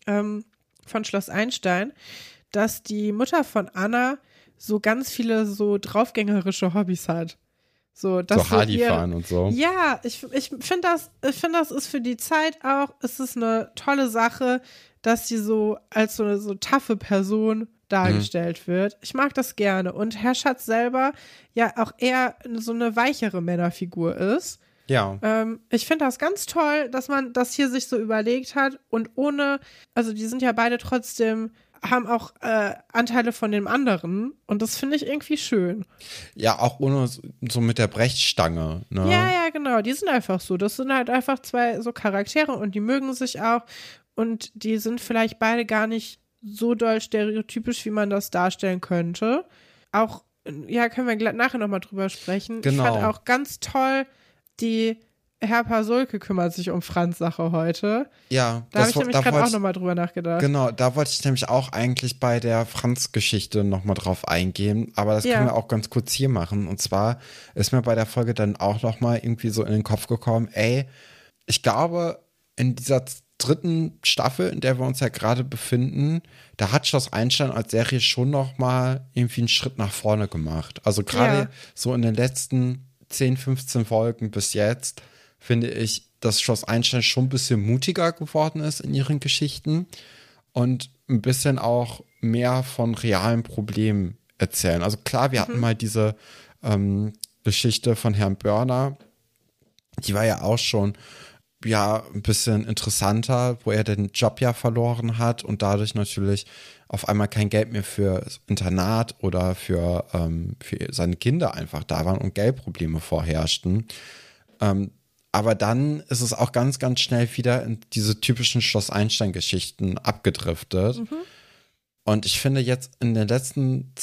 [SPEAKER 1] von Schloss Einstein, dass die Mutter von Anna so ganz viele so draufgängerische Hobbys hat. So
[SPEAKER 2] Hardy fahren und so.
[SPEAKER 1] Ja, ich finde das ist für die Zeit auch, ist es eine tolle Sache, dass sie so als so eine so taffe Person dargestellt wird. Ich mag das gerne. Und Herr Schatz selber ja auch eher so eine weichere Männerfigur ist.
[SPEAKER 2] Ja.
[SPEAKER 1] Ich finde das ganz toll, dass man das hier sich so überlegt hat und also die sind ja beide trotzdem, haben auch Anteile von dem anderen und das finde ich irgendwie schön.
[SPEAKER 2] Ja, auch ohne so mit der Brechstange, ne?
[SPEAKER 1] Ja, genau, die sind einfach so. Das sind halt einfach zwei so Charaktere und die mögen sich auch und die sind vielleicht beide gar nicht so doll stereotypisch, wie man das darstellen könnte. Auch, ja, können wir nachher nochmal drüber sprechen.
[SPEAKER 2] Genau.
[SPEAKER 1] Ich fand auch ganz toll die Herr Pasulke kümmert sich um Franz' Sache heute.
[SPEAKER 2] Ja.
[SPEAKER 1] Da habe ich nämlich gerade auch nochmal drüber nachgedacht.
[SPEAKER 2] Genau, da wollte ich nämlich auch eigentlich bei der Franz-Geschichte nochmal drauf eingehen, aber das können wir auch ganz kurz hier machen. Und zwar ist mir bei der Folge dann auch nochmal irgendwie so in den Kopf gekommen, ich glaube, in dieser dritten Staffel, in der wir uns ja gerade befinden, da hat Schloss Einstein als Serie schon nochmal irgendwie einen Schritt nach vorne gemacht. Also gerade so in den letzten 10, 15 Folgen bis jetzt finde ich, dass Schloss Einstein schon ein bisschen mutiger geworden ist in ihren Geschichten und ein bisschen auch mehr von realen Problemen erzählen. Also klar, wir hatten mal diese Geschichte von Herrn Börner, die war ja auch schon ein bisschen interessanter, wo er den Job ja verloren hat und dadurch natürlich auf einmal kein Geld mehr für das Internat oder für seine Kinder einfach da waren und Geldprobleme vorherrschten. Aber dann ist es auch ganz, ganz schnell wieder in diese typischen Schloss-Einstein-Geschichten abgedriftet. Und ich finde jetzt in der letzten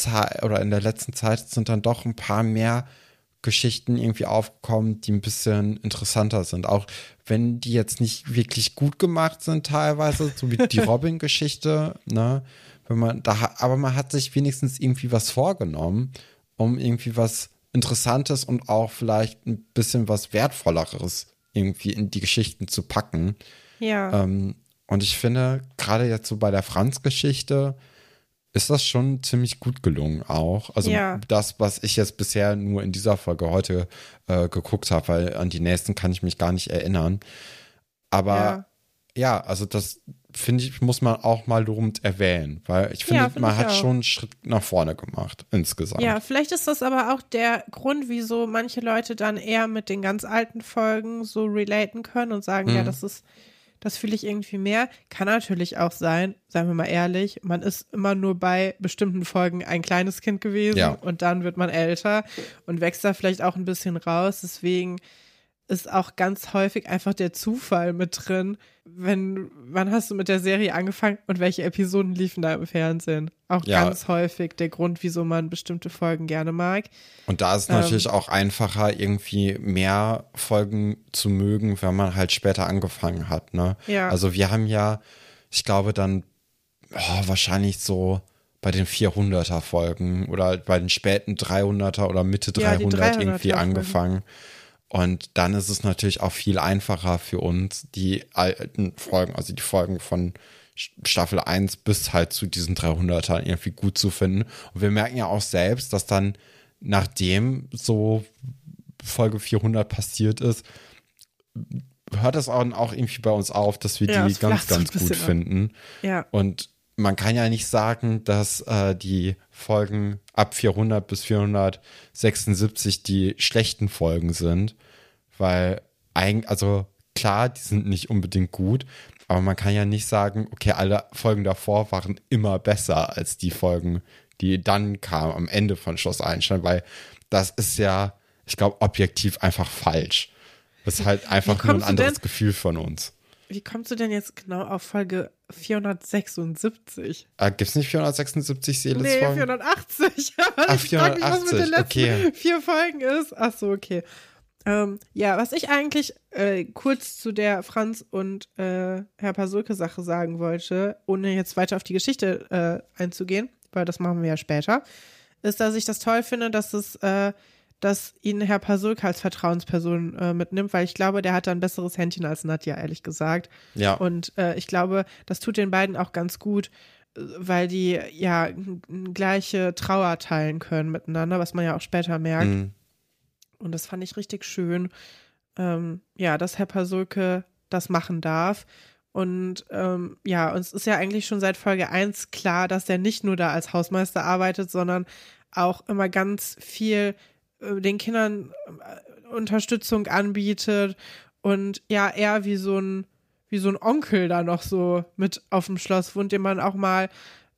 [SPEAKER 2] Zeit sind dann doch ein paar mehr Geschichten irgendwie aufgekommen, die ein bisschen interessanter sind. Auch wenn die jetzt nicht wirklich gut gemacht sind teilweise, so wie die Robin-Geschichte, ne? Aber man hat sich wenigstens irgendwie was vorgenommen, um irgendwie was Interessantes und auch vielleicht ein bisschen was Wertvolleres irgendwie in die Geschichten zu packen.
[SPEAKER 1] Ja.
[SPEAKER 2] Und ich finde, gerade jetzt so bei der Franz-Geschichte ist das schon ziemlich gut gelungen auch. Also das, was ich jetzt bisher nur in dieser Folge heute geguckt habe, weil an die nächsten kann ich mich gar nicht erinnern. Aber also das finde ich, muss man auch mal lobend erwähnen, weil ich finde, man hat schon einen Schritt nach vorne gemacht insgesamt.
[SPEAKER 1] Ja, vielleicht ist das aber auch der Grund, wieso manche Leute dann eher mit den ganz alten Folgen so relaten können und sagen, das fühle ich irgendwie mehr. Kann natürlich auch sein, seien wir mal ehrlich, man ist immer nur bei bestimmten Folgen ein kleines Kind gewesen und dann wird man älter und wächst da vielleicht auch ein bisschen raus. Deswegen ist auch ganz häufig einfach der Zufall mit drin. Wann hast du mit der Serie angefangen und welche Episoden liefen da im Fernsehen? Auch ganz häufig der Grund, wieso man bestimmte Folgen gerne mag.
[SPEAKER 2] Und da ist es natürlich auch einfacher, irgendwie mehr Folgen zu mögen, wenn man halt später angefangen hat, ne?
[SPEAKER 1] Ja.
[SPEAKER 2] Also wir haben ich glaube dann wahrscheinlich so bei den 400er Folgen oder bei den späten 300er oder Mitte 300 irgendwie angefangen. Und dann ist es natürlich auch viel einfacher für uns, die alten Folgen, also die Folgen von Staffel 1 bis halt zu diesen 300ern irgendwie gut zu finden. Und wir merken ja auch selbst, dass dann, nachdem so Folge 400 passiert ist, hört es auch irgendwie bei uns auf, dass wir die ganz, ganz gut finden.
[SPEAKER 1] Ja.
[SPEAKER 2] Und man kann ja nicht sagen, dass die Folgen ab 400 bis 476 die schlechten Folgen sind, weil also klar, die sind nicht unbedingt gut, aber man kann ja nicht sagen, okay, alle Folgen davor waren immer besser als die Folgen, die dann kamen am Ende von Schloss Einstein, weil das ist ja, ich glaube, objektiv einfach falsch. Das ist halt einfach nur ein anderes Gefühl von uns.
[SPEAKER 1] Wie kommst du denn jetzt genau auf Folge 476?
[SPEAKER 2] Gibt es nicht 476 Seelitz-Folgen?
[SPEAKER 1] Nee, 480.
[SPEAKER 2] Ach, 480,
[SPEAKER 1] was mit den letzten 4 Folgen ist. Ach so, okay. Was ich eigentlich kurz zu der Franz und Herr Pasulke-Sache sagen wollte, ohne jetzt weiter auf die Geschichte einzugehen, weil das machen wir ja später, ist, dass ich das toll finde, dass ihn Herr Pasulke als Vertrauensperson mitnimmt, weil ich glaube, der hat da ein besseres Händchen als Nadja, ehrlich gesagt.
[SPEAKER 2] Ja.
[SPEAKER 1] Und ich glaube, das tut den beiden auch ganz gut, weil die gleiche Trauer teilen können miteinander, was man ja auch später merkt.
[SPEAKER 2] Mhm.
[SPEAKER 1] Und das fand ich richtig schön, dass Herr Pasulke das machen darf. Und uns ist ja eigentlich schon seit Folge 1 klar, dass er nicht nur da als Hausmeister arbeitet, sondern auch immer ganz viel den Kindern Unterstützung anbietet und er wie so ein Onkel da noch so mit auf dem Schloss wohnt, zu dem man auch mal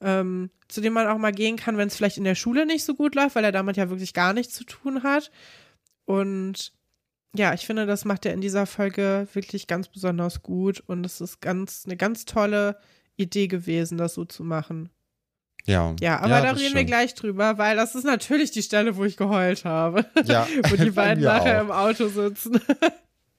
[SPEAKER 1] gehen kann, wenn es vielleicht in der Schule nicht so gut läuft, weil er damit ja wirklich gar nichts zu tun hat. Und ja, ich finde, das macht er in dieser Folge wirklich ganz besonders gut und es ist eine ganz tolle Idee gewesen, das so zu machen.
[SPEAKER 2] Ja,
[SPEAKER 1] aber da reden wir gleich drüber, weil das ist natürlich die Stelle, wo ich geheult habe.
[SPEAKER 2] Ja,
[SPEAKER 1] wo die beiden nachher im Auto sitzen.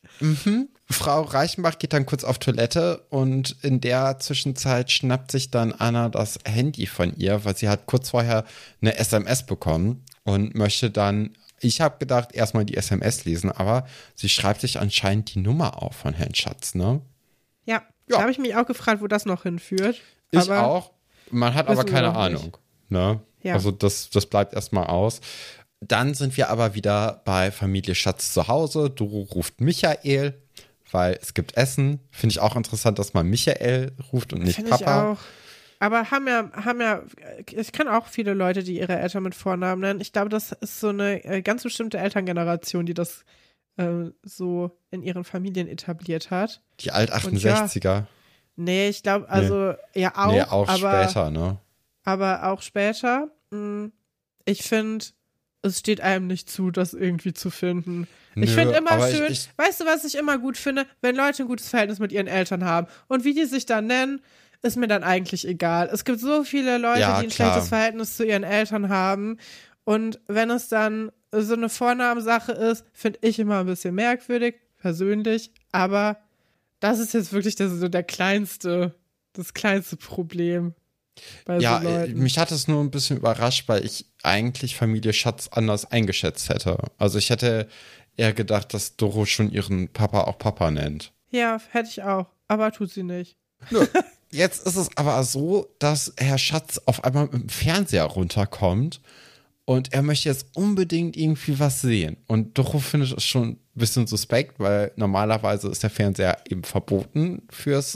[SPEAKER 2] Frau Reichenbach geht dann kurz auf Toilette und in der Zwischenzeit schnappt sich dann Anna das Handy von ihr, weil sie hat kurz vorher eine SMS bekommen und möchte dann, ich habe gedacht, erstmal die SMS lesen, aber sie schreibt sich anscheinend die Nummer auf von Herrn Schatz, ne?
[SPEAKER 1] Ja, da habe ich mich auch gefragt, wo das noch hinführt.
[SPEAKER 2] Ich auch. Man hat aber
[SPEAKER 1] wissen wir
[SPEAKER 2] keine
[SPEAKER 1] noch
[SPEAKER 2] Ahnung. Ne?
[SPEAKER 1] Ja.
[SPEAKER 2] Also das bleibt erstmal aus. Dann sind wir aber wieder bei Familie Schatz zu Hause. Doro ruft Michael, weil es gibt Essen. Finde ich auch interessant, dass man Michael ruft und nicht
[SPEAKER 1] Finde
[SPEAKER 2] Papa.
[SPEAKER 1] ich auch. Aber haben ja, ich kenne auch viele Leute, die ihre Eltern mit Vornamen nennen. Ich glaube, das ist so eine ganz bestimmte Elterngeneration, die das so in ihren Familien etabliert hat.
[SPEAKER 2] Die Alt-68er.
[SPEAKER 1] Nee, ich glaube, also ja auch.
[SPEAKER 2] Nee, auch
[SPEAKER 1] aber,
[SPEAKER 2] später, ne?
[SPEAKER 1] Aber auch später. Ich finde, es steht einem nicht zu, das irgendwie zu finden. Ich
[SPEAKER 2] Nö,
[SPEAKER 1] finde immer
[SPEAKER 2] aber
[SPEAKER 1] schön, weißt du, was ich immer gut finde? Wenn Leute ein gutes Verhältnis mit ihren Eltern haben. Und wie die sich dann nennen, ist mir dann eigentlich egal. Es gibt so viele Leute,
[SPEAKER 2] Ja,
[SPEAKER 1] die ein
[SPEAKER 2] klar.
[SPEAKER 1] schlechtes Verhältnis zu ihren Eltern haben. Und wenn es dann so eine Vornamensache ist, finde ich immer ein bisschen merkwürdig, persönlich. Aber das ist jetzt wirklich das kleinste Problem bei
[SPEAKER 2] Ja,
[SPEAKER 1] so Leuten.
[SPEAKER 2] mich hat es nur ein bisschen überrascht, weil ich eigentlich Familie Schatz anders eingeschätzt hätte. Also ich hätte eher gedacht, dass Doro schon ihren Papa auch Papa nennt.
[SPEAKER 1] Ja, hätte ich auch. Aber tut sie nicht.
[SPEAKER 2] Nö. Jetzt ist es aber so, dass Herr Schatz auf einmal mit dem Fernseher runterkommt und er möchte jetzt unbedingt irgendwie was sehen. Und Doro findet es schon ein bisschen suspekt, weil normalerweise ist der Fernseher eben verboten fürs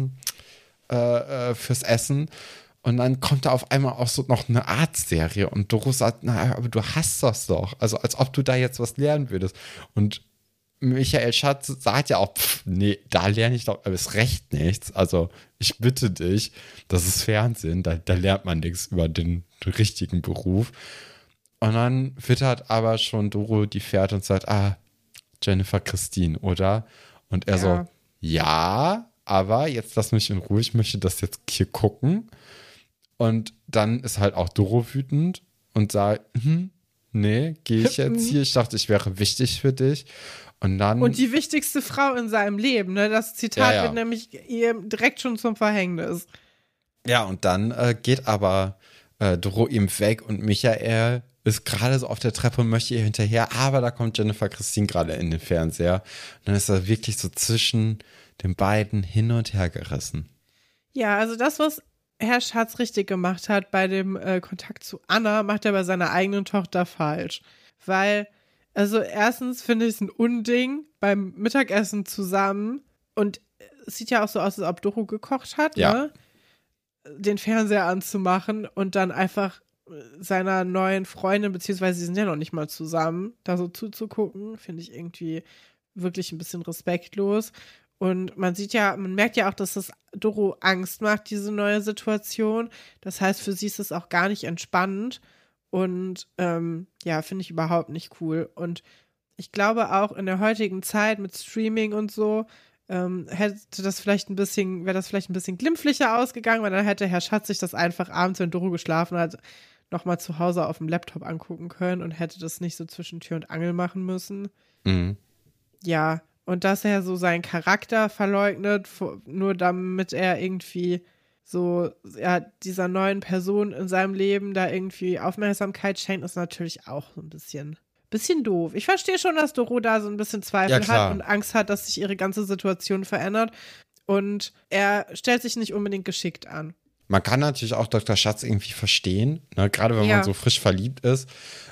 [SPEAKER 2] Essen. Und dann kommt da auf einmal auch so noch eine Arztserie und Doro sagt, na, aber du hast das doch. Also als ob du da jetzt was lernen würdest. Und Michael Schatz sagt ja auch, nee, da lerne ich doch alles recht nichts. Also ich bitte dich, das ist Fernsehen, da lernt man nichts über den richtigen Beruf. Und dann wittert aber schon Doro die Pferde und sagt, Jennifer Christine, oder? Und er
[SPEAKER 1] Ja.
[SPEAKER 2] so, ja, aber jetzt lass mich in Ruhe, ich möchte das jetzt hier gucken. Und dann ist halt auch Doro wütend und sagt, nee, gehe ich jetzt hier? Ich dachte, ich wäre wichtig für dich. Und dann.
[SPEAKER 1] Und die wichtigste Frau in seinem Leben, ne? Das Zitat
[SPEAKER 2] Ja.
[SPEAKER 1] wird nämlich ihr direkt schon zum Verhängnis.
[SPEAKER 2] Ja, und dann geht aber Doro ihm weg und Michael ist gerade so auf der Treppe und möchte ihr hinterher, aber da kommt Jennifer Christine gerade in den Fernseher. Und dann ist er wirklich so zwischen den beiden hin und her gerissen.
[SPEAKER 1] Ja, also das, was Herr Schatz richtig gemacht hat bei dem Kontakt zu Anna, macht er bei seiner eigenen Tochter falsch. Weil, also erstens finde ich es ein Unding beim Mittagessen zusammen und es sieht ja auch so aus, als ob Doro gekocht hat,
[SPEAKER 2] Ja.
[SPEAKER 1] ne? Den Fernseher anzumachen und dann einfach seiner neuen Freundin, beziehungsweise sie sind ja noch nicht mal zusammen, da so zuzugucken, finde ich irgendwie wirklich ein bisschen respektlos. Und man merkt ja auch, dass das Doro Angst macht, diese neue Situation. Das heißt, für sie ist es auch gar nicht entspannend. Und ja, finde ich überhaupt nicht cool. Und ich glaube auch in der heutigen Zeit mit Streaming und so, wäre das vielleicht ein bisschen glimpflicher ausgegangen, weil dann hätte Herr Schatz sich das einfach abends, wenn Doro geschlafen hat, nochmal zu Hause auf dem Laptop angucken können und hätte das nicht so zwischen Tür und Angel machen müssen.
[SPEAKER 2] Mhm.
[SPEAKER 1] Ja, und dass er so seinen Charakter verleugnet, nur damit er irgendwie so, ja, dieser neuen Person in seinem Leben da irgendwie Aufmerksamkeit schenkt, ist natürlich auch so ein bisschen doof. Ich verstehe schon, dass Doro da so ein bisschen Zweifel
[SPEAKER 2] klar.
[SPEAKER 1] hat und Angst hat, dass sich ihre ganze Situation verändert. Und er stellt sich nicht unbedingt geschickt an.
[SPEAKER 2] Man kann natürlich auch Dr. Schatz irgendwie verstehen, ne? Gerade wenn
[SPEAKER 1] Ja.
[SPEAKER 2] man so frisch verliebt ist,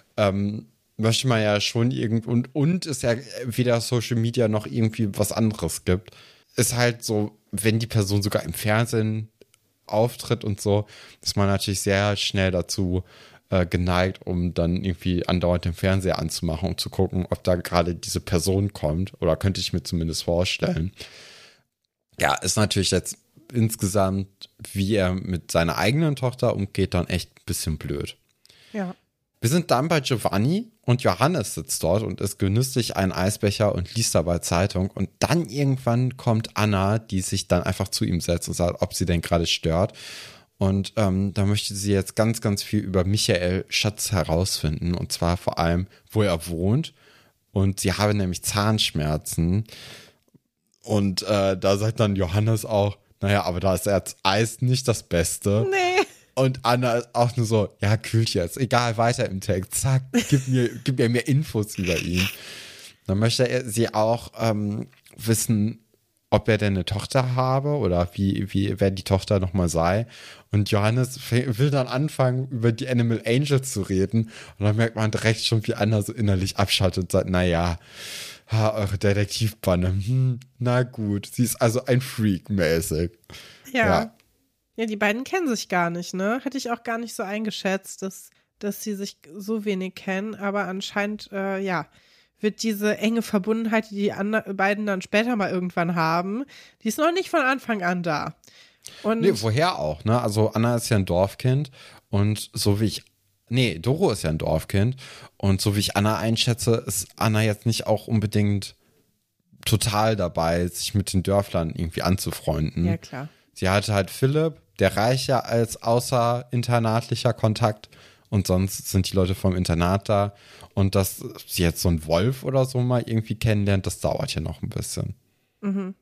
[SPEAKER 2] möchte man ja schon und es ja weder Social Media noch irgendwie was anderes gibt. Ist halt so, wenn die Person sogar im Fernsehen auftritt und so, ist man natürlich sehr schnell dazu geneigt, um dann irgendwie andauernd den Fernseher anzumachen und zu gucken, ob da gerade diese Person kommt, oder könnte ich mir zumindest vorstellen. Ja, ist natürlich jetzt insgesamt, wie er mit seiner eigenen Tochter umgeht, dann echt ein bisschen blöd.
[SPEAKER 1] Ja.
[SPEAKER 2] Wir sind dann bei Giovanni und Johannes sitzt dort und isst genüsslich einen Eisbecher und liest dabei Zeitung. Und dann irgendwann kommt Anna, die sich dann einfach zu ihm setzt und sagt, ob sie denn gerade stört. Und da möchte sie jetzt ganz, ganz viel über Michael Schatz herausfinden. Und zwar vor allem, wo er wohnt und sie habe nämlich Zahnschmerzen. Und da sagt dann Johannes auch, naja, aber da ist jetzt Eis nicht das Beste.
[SPEAKER 1] Nee.
[SPEAKER 2] Und Anna ist auch nur so, ja, kühlt jetzt. Egal, weiter im Text. Zack, gib mir mehr Infos über ihn. Dann möchte sie auch wissen, ob er denn eine Tochter habe oder wer die Tochter nochmal sei. Und Johannes will dann anfangen, über die Animal Angels zu reden. Und dann merkt man direkt schon, wie Anna so innerlich abschaltet und sagt, naja, eure Detektivpanne. Na gut, sie ist also ein Freak mäßig.
[SPEAKER 1] Ja. Ja, die beiden kennen sich gar nicht, ne? Hätte ich auch gar nicht so eingeschätzt, dass sie sich so wenig kennen. Aber anscheinend, wird diese enge Verbundenheit, die beiden dann später mal irgendwann haben, die ist noch nicht von Anfang an da. Und
[SPEAKER 2] Nee, woher auch, ne? Also Anna ist ja ein Dorfkind und Doro ist ja ein Dorfkind und so wie ich Anna einschätze, ist Anna jetzt nicht auch unbedingt total dabei, sich mit den Dörflern irgendwie anzufreunden.
[SPEAKER 1] ja, klar.
[SPEAKER 2] Sie hatte halt Philipp, der reicht ja als außerinternaatlicher Kontakt und sonst sind die Leute vom Internat da. Und dass sie jetzt so einen Wolf oder so mal irgendwie kennenlernt, das dauert ja noch ein bisschen.
[SPEAKER 1] Mhm.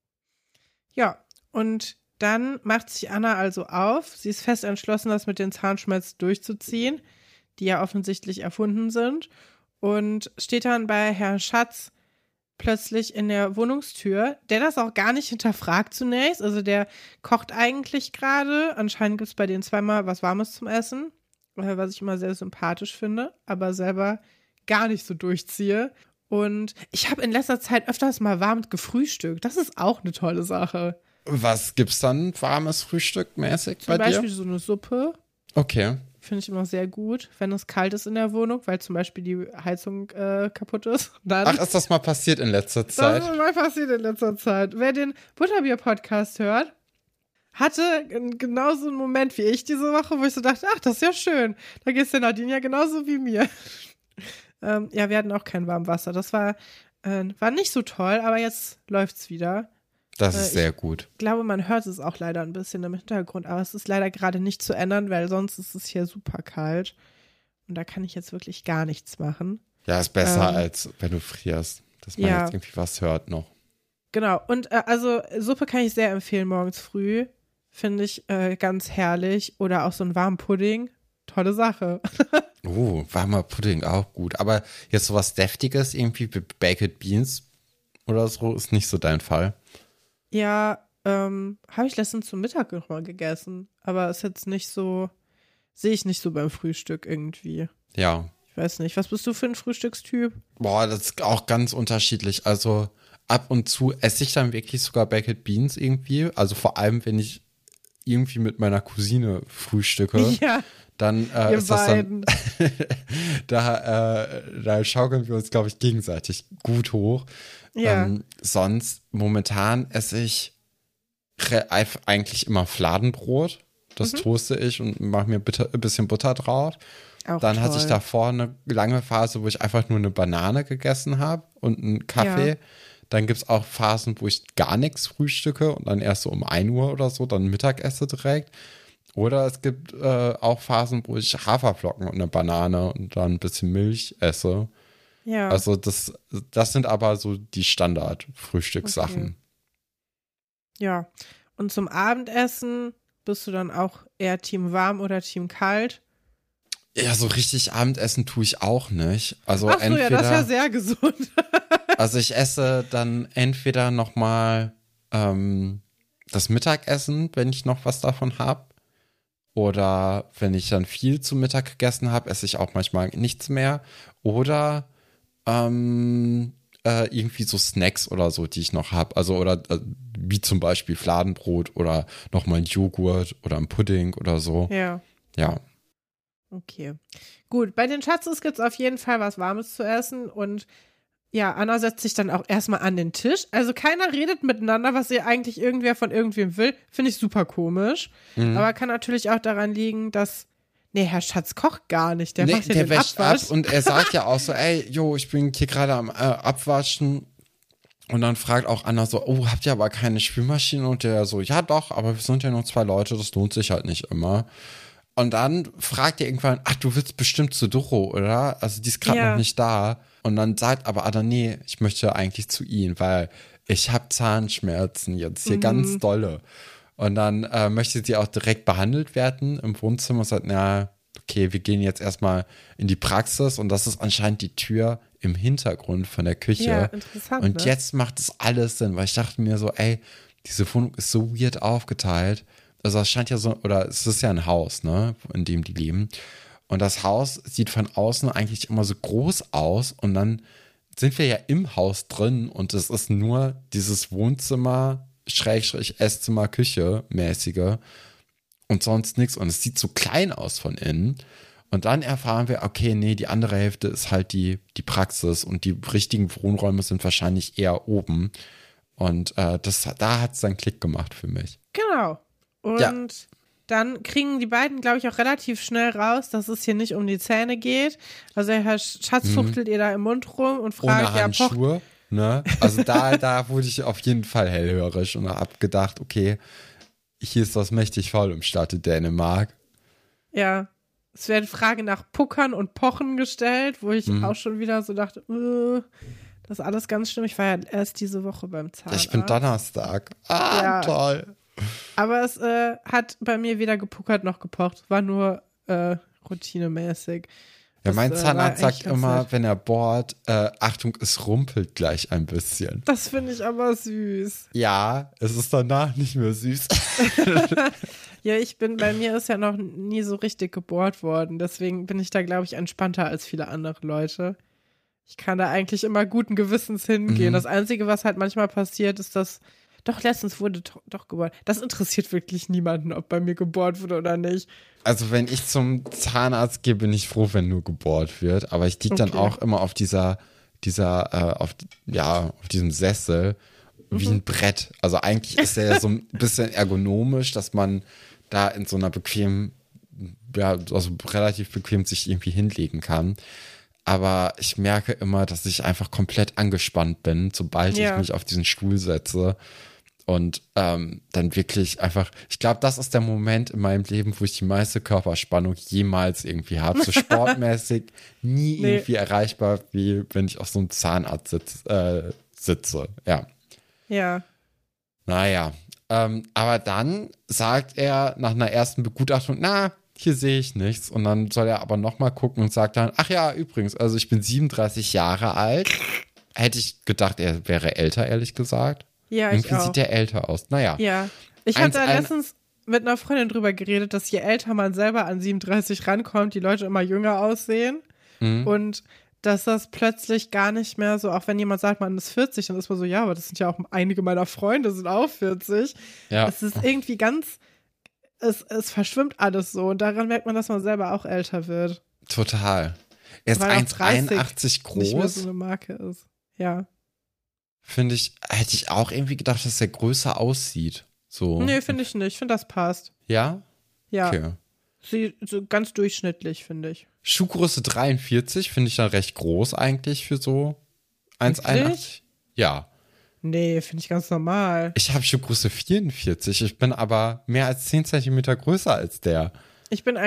[SPEAKER 1] Ja, und dann macht sich Anna also auf. Sie ist fest entschlossen, das mit den Zahnschmerzen durchzuziehen, die ja offensichtlich erfunden sind. Und steht dann bei Herrn Schatz plötzlich in der Wohnungstür, der das auch gar nicht hinterfragt zunächst. Also der kocht eigentlich gerade. Anscheinend gibt es bei denen zweimal was Warmes zum Essen, was ich immer sehr sympathisch finde, aber selber gar nicht so durchziehe. Und ich habe in letzter Zeit öfters mal warm gefrühstückt. Das ist auch eine tolle Sache.
[SPEAKER 2] Was gibt's dann warmes Frühstück mäßig
[SPEAKER 1] Zum
[SPEAKER 2] bei dir?
[SPEAKER 1] Beispiel so eine Suppe.
[SPEAKER 2] Okay.
[SPEAKER 1] Finde ich immer sehr gut, wenn es kalt ist in der Wohnung, weil zum Beispiel die Heizung kaputt ist. Dann
[SPEAKER 2] Ach, ist das mal passiert in letzter Zeit?
[SPEAKER 1] Das ist mal passiert in letzter Zeit. Wer den Butterbier-Podcast hört, hatte genauso einen Moment wie ich diese Woche, wo ich so dachte, ach, das ist ja schön. Da geht's der Nadine ja genauso wie mir. Ja, wir hatten auch kein warmes Wasser. Das war nicht so toll, aber jetzt läuft's wieder.
[SPEAKER 2] Das ist sehr gut.
[SPEAKER 1] Ich glaube, man hört es auch leider ein bisschen im Hintergrund, aber es ist leider gerade nicht zu ändern, weil sonst ist es hier super kalt. Und da kann ich jetzt wirklich gar nichts machen.
[SPEAKER 2] Ja, ist besser, als wenn du frierst. Dass man jetzt irgendwie was hört noch.
[SPEAKER 1] Genau. Und also Suppe kann ich sehr empfehlen morgens früh. Finde ich ganz herrlich. Oder auch so einen warmen Pudding. Tolle Sache.
[SPEAKER 2] Warmer Pudding, auch gut. Aber jetzt sowas Deftiges, irgendwie wie Baked Beans oder so, ist nicht so dein Fall.
[SPEAKER 1] Ja, habe ich letztens zum Mittag noch mal gegessen. Aber ist jetzt nicht so, sehe ich nicht so beim Frühstück irgendwie.
[SPEAKER 2] Ja.
[SPEAKER 1] Ich weiß nicht. Was bist du für ein Frühstückstyp?
[SPEAKER 2] Boah, das ist auch ganz unterschiedlich. Also ab und zu esse ich dann wirklich sogar Baked Beans irgendwie. Also vor allem, wenn ich irgendwie mit meiner Cousine frühstücke.
[SPEAKER 1] Ja.
[SPEAKER 2] Dann ist das
[SPEAKER 1] beiden.
[SPEAKER 2] dann, da schaukeln wir uns, glaube ich, gegenseitig gut hoch.
[SPEAKER 1] Ja.
[SPEAKER 2] Sonst, momentan esse ich eigentlich immer Fladenbrot. Das toaste ich und mache mir ein bisschen Butter drauf.
[SPEAKER 1] Auch
[SPEAKER 2] Dann hatte ich
[SPEAKER 1] toll.
[SPEAKER 2] davor eine lange Phase, wo ich einfach nur eine Banane gegessen habe und einen Kaffee.
[SPEAKER 1] Ja.
[SPEAKER 2] Dann gibt es auch Phasen, wo ich gar nichts frühstücke und dann erst so um 1 Uhr oder so dann Mittag esse direkt. Oder es gibt auch Phasen, wo ich Haferflocken und eine Banane und dann ein bisschen Milch esse.
[SPEAKER 1] Ja.
[SPEAKER 2] Also das sind aber so die Standard-Frühstückssachen.
[SPEAKER 1] Okay. Ja. Und zum Abendessen bist du dann auch eher Team warm oder Team kalt?
[SPEAKER 2] Ja, so richtig Abendessen tue ich auch nicht. Also
[SPEAKER 1] Ach so,
[SPEAKER 2] entweder,
[SPEAKER 1] ja, das ist ja sehr gesund.
[SPEAKER 2] also ich esse dann entweder nochmal das Mittagessen, wenn ich noch was davon habe. Oder wenn ich dann viel zu Mittag gegessen habe, esse ich auch manchmal nichts mehr. Oder irgendwie so Snacks oder so, die ich noch habe. Also oder wie zum Beispiel Fladenbrot oder nochmal ein Joghurt oder ein Pudding oder so.
[SPEAKER 1] Ja.
[SPEAKER 2] Ja.
[SPEAKER 1] Okay. Gut, bei den Schatzes gibt es auf jeden Fall was Warmes zu essen und ja, Anna setzt sich dann auch erstmal an den Tisch. Also keiner redet miteinander, was ihr eigentlich irgendwer von irgendwem will. Finde ich super komisch. Aber kann natürlich auch daran liegen, dass Herr Schatz kocht gar nicht. Der macht ja
[SPEAKER 2] der
[SPEAKER 1] den
[SPEAKER 2] wäscht
[SPEAKER 1] Abwasch.
[SPEAKER 2] ab und er sagt ja auch so, ey, ich bin hier gerade am Abwaschen. Und dann fragt auch Anna so, habt ihr aber keine Spülmaschine? Und der so, ja doch, aber wir sind ja nur 2 Leute, das lohnt sich halt nicht immer. Und dann fragt er irgendwann, ach, du willst bestimmt zu Doro, oder? Also die ist gerade noch nicht da. Und dann sagt aber Ada, nee, ich möchte eigentlich zu ihm, weil ich habe Zahnschmerzen jetzt hier ganz dolle. Und dann möchte sie auch direkt behandelt werden im Wohnzimmer und sagt, na, okay, wir gehen jetzt erstmal in die Praxis und das ist anscheinend die Tür im Hintergrund von der Küche.
[SPEAKER 1] Ja, interessant,
[SPEAKER 2] und
[SPEAKER 1] ne?
[SPEAKER 2] jetzt macht es alles Sinn, weil ich dachte mir so, ey, diese Wohnung ist so weird aufgeteilt. Also es scheint ja so, oder es ist ja ein Haus, ne, in dem die leben. Und das Haus sieht von außen eigentlich immer so groß aus und dann sind wir ja im Haus drin und es ist nur dieses Wohnzimmer, Schrägstrich, Esszimmer, Küche mäßige und sonst nichts. Und es sieht so klein aus von innen. Und dann erfahren wir, okay, nee, die andere Hälfte ist halt die Praxis und die richtigen Wohnräume sind wahrscheinlich eher oben. Und da hat es dann Klick gemacht für mich.
[SPEAKER 1] Genau. Und dann kriegen die beiden, glaube ich, auch relativ schnell raus, dass es hier nicht um die Zähne geht. Also der Herr Schatz fuchtelt ihr da im Mund rum und fragt,
[SPEAKER 2] ohne Handschuhe, ne? Also da wurde ich auf jeden Fall hellhörig und hab gedacht, okay, hier ist das mächtig voll im Staate Dänemark.
[SPEAKER 1] Ja, es werden Fragen nach Puckern und Pochen gestellt, wo ich auch schon wieder so dachte, das ist alles ganz schlimm. Ich war ja erst diese Woche beim Zahnarzt.
[SPEAKER 2] Ich bin Donnerstag. Toll.
[SPEAKER 1] Aber es hat bei mir weder gepuckert noch gepocht. War nur routinemäßig.
[SPEAKER 2] Ja, mein Zahnarzt sagt immer,
[SPEAKER 1] nett.
[SPEAKER 2] wenn er bohrt, Achtung, es rumpelt gleich ein bisschen.
[SPEAKER 1] Das finde ich aber süß.
[SPEAKER 2] Ja, es ist danach nicht mehr süß.
[SPEAKER 1] Ja, bei mir ist ja noch nie so richtig gebohrt worden. Deswegen bin ich da, glaube ich, entspannter als viele andere Leute. Ich kann da eigentlich immer guten Gewissens hingehen. Das Einzige, was halt manchmal passiert, ist, dass doch, letztens wurde doch gebohrt. Das interessiert wirklich niemanden, ob bei mir gebohrt wurde oder nicht.
[SPEAKER 2] Also wenn ich zum Zahnarzt gehe, bin ich froh, wenn nur gebohrt wird. Aber ich liege dann auch immer auf auf diesem Sessel wie ein Brett. Also eigentlich ist der ja so ein bisschen ergonomisch, dass man da in so einer also relativ bequem sich irgendwie hinlegen kann. Aber ich merke immer, dass ich einfach komplett angespannt bin, sobald ich mich auf diesen Stuhl setze. Und dann wirklich einfach, ich glaube, das ist der Moment in meinem Leben, wo ich die meiste Körperspannung jemals irgendwie habe. So sportmäßig nie irgendwie erreichbar, wie wenn ich auf so einem Zahnarzt sitze. Ja.
[SPEAKER 1] Ja.
[SPEAKER 2] Naja. Aber dann sagt er nach einer ersten Begutachtung, hier sehe ich nichts. Und dann soll er aber nochmal gucken und sagt dann, ach ja, übrigens, also ich bin 37 Jahre alt. Hätte ich gedacht, er wäre älter, ehrlich gesagt.
[SPEAKER 1] Ja,
[SPEAKER 2] Irgendwie
[SPEAKER 1] ich auch.
[SPEAKER 2] sieht er älter aus. Naja.
[SPEAKER 1] Ja. Ich habe da letztens mit einer Freundin drüber geredet, dass je älter man selber an 37 rankommt, die Leute immer jünger aussehen. Und dass das plötzlich gar nicht mehr so, auch wenn jemand sagt, man ist 40, dann ist man so, ja, aber das sind ja auch einige meiner Freunde, sind auch 40.
[SPEAKER 2] Ja.
[SPEAKER 1] Es ist irgendwie es verschwimmt alles so und daran merkt man, dass man selber auch älter wird.
[SPEAKER 2] Total. Er ist
[SPEAKER 1] Weil auch
[SPEAKER 2] 1,81 groß.
[SPEAKER 1] Nicht mehr so eine Marke ist. Ja.
[SPEAKER 2] Hätte ich auch irgendwie gedacht, dass er größer aussieht. So.
[SPEAKER 1] Nee, finde ich nicht. Ich finde, das passt.
[SPEAKER 2] Ja?
[SPEAKER 1] Ja.
[SPEAKER 2] Okay.
[SPEAKER 1] So ganz durchschnittlich, finde ich.
[SPEAKER 2] Schuhgröße 43 finde ich dann recht groß eigentlich für so 1,81. Ja.
[SPEAKER 1] Nee, finde ich ganz normal.
[SPEAKER 2] Ich habe Schuhgröße 44. Ich bin aber mehr als 10 Zentimeter größer als der.
[SPEAKER 1] Ich bin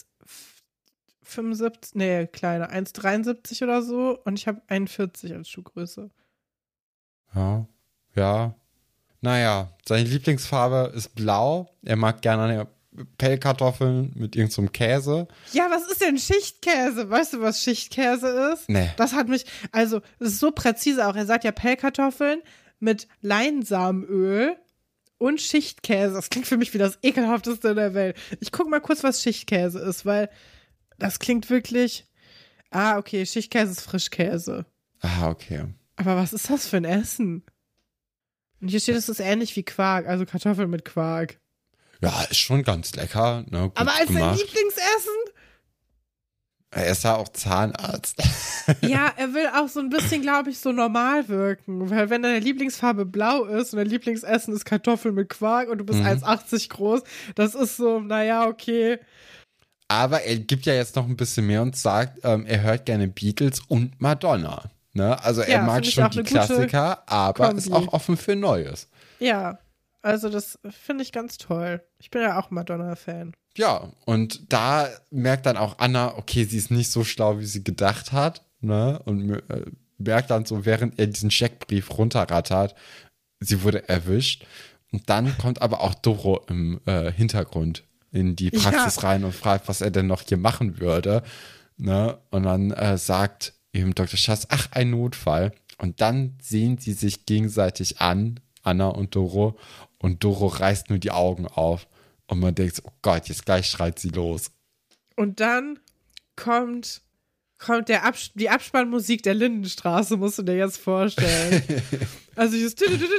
[SPEAKER 1] 1,75, nee, kleiner, 1,73 oder so und ich habe 41 als Schuhgröße.
[SPEAKER 2] Ja. Ja. Naja, seine Lieblingsfarbe ist blau. Er mag gerne Pellkartoffeln mit irgendeinem Käse.
[SPEAKER 1] Ja, was ist denn Schichtkäse? Weißt du, was Schichtkäse ist?
[SPEAKER 2] Nee.
[SPEAKER 1] Das hat mich, also, das ist so präzise auch. Er sagt ja Pellkartoffeln mit Leinsamenöl und Schichtkäse. Das klingt für mich wie das ekelhafteste in der Welt. Ich guck mal kurz, was Schichtkäse ist, weil das klingt wirklich, okay, Schichtkäse ist Frischkäse.
[SPEAKER 2] Okay.
[SPEAKER 1] Aber was ist das für ein Essen? Und hier steht, es ist ähnlich wie Quark, also Kartoffeln mit Quark.
[SPEAKER 2] Ja, ist schon ganz lecker. Ne, gut
[SPEAKER 1] Aber als sein
[SPEAKER 2] gemacht.
[SPEAKER 1] Lieblingsessen?
[SPEAKER 2] Er ist ja auch Zahnarzt.
[SPEAKER 1] Ja, er will auch so ein bisschen, glaube ich, so normal wirken. Weil wenn deine Lieblingsfarbe blau ist und dein Lieblingsessen ist Kartoffeln mit Quark und du bist 1,80 groß, das ist so, naja, okay.
[SPEAKER 2] Aber er gibt ja jetzt noch ein bisschen mehr und sagt, er hört gerne Beatles und Madonna. Ne? Also er mag schon die Klassiker, aber
[SPEAKER 1] Kombi.
[SPEAKER 2] ist auch offen für Neues.
[SPEAKER 1] Ja, also das finde ich ganz toll. Ich bin ja auch Madonna-Fan.
[SPEAKER 2] Ja, und da merkt dann auch Anna, okay, sie ist nicht so schlau, wie sie gedacht hat, ne? Und merkt dann so, während er diesen Scheckbrief runterrattert, sie wurde erwischt. Und dann kommt aber auch Doro im Hintergrund in die Praxis rein und fragt, was er denn noch hier machen würde. Ne? Und dann sagt eben Dr. Schatz, ach, ein Notfall. Und dann sehen sie sich gegenseitig an, Anna und Doro. Und Doro reißt nur die Augen auf. Und man denkt, oh Gott, jetzt gleich schreit sie los.
[SPEAKER 1] Und dann kommt die Abspannmusik der Lindenstraße, musst du dir jetzt vorstellen. Also dieses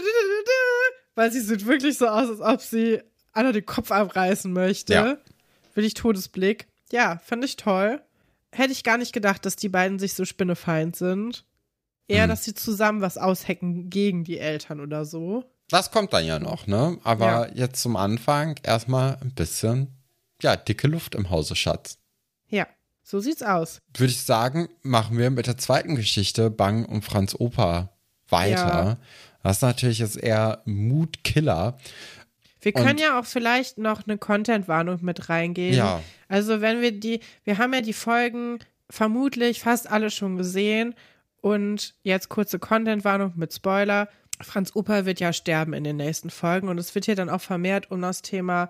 [SPEAKER 1] weil sie sieht wirklich so aus, als ob sie Anna den Kopf abreißen möchte.
[SPEAKER 2] Ja.
[SPEAKER 1] Wirklich Todesblick. Ja, fand ich toll. Hätte ich gar nicht gedacht, dass die beiden sich so spinnefeind sind. Eher, dass sie zusammen was aushecken gegen die Eltern oder so.
[SPEAKER 2] Das kommt dann ja noch, ne? Aber jetzt zum Anfang erstmal ein bisschen, dicke Luft im Hause Schatz.
[SPEAKER 1] Ja, so sieht's aus.
[SPEAKER 2] Würde ich sagen, machen wir mit der zweiten Geschichte Bang um Franz Opa weiter. Ja. Das ist natürlich jetzt eher Moodkiller.
[SPEAKER 1] Wir können ja auch vielleicht noch eine Content-Warnung mit reingehen.
[SPEAKER 2] Ja.
[SPEAKER 1] Also wenn wir haben ja die Folgen vermutlich fast alle schon gesehen und jetzt kurze Content-Warnung mit Spoiler. Franz Opa wird ja sterben in den nächsten Folgen und es wird hier dann auch vermehrt um das Thema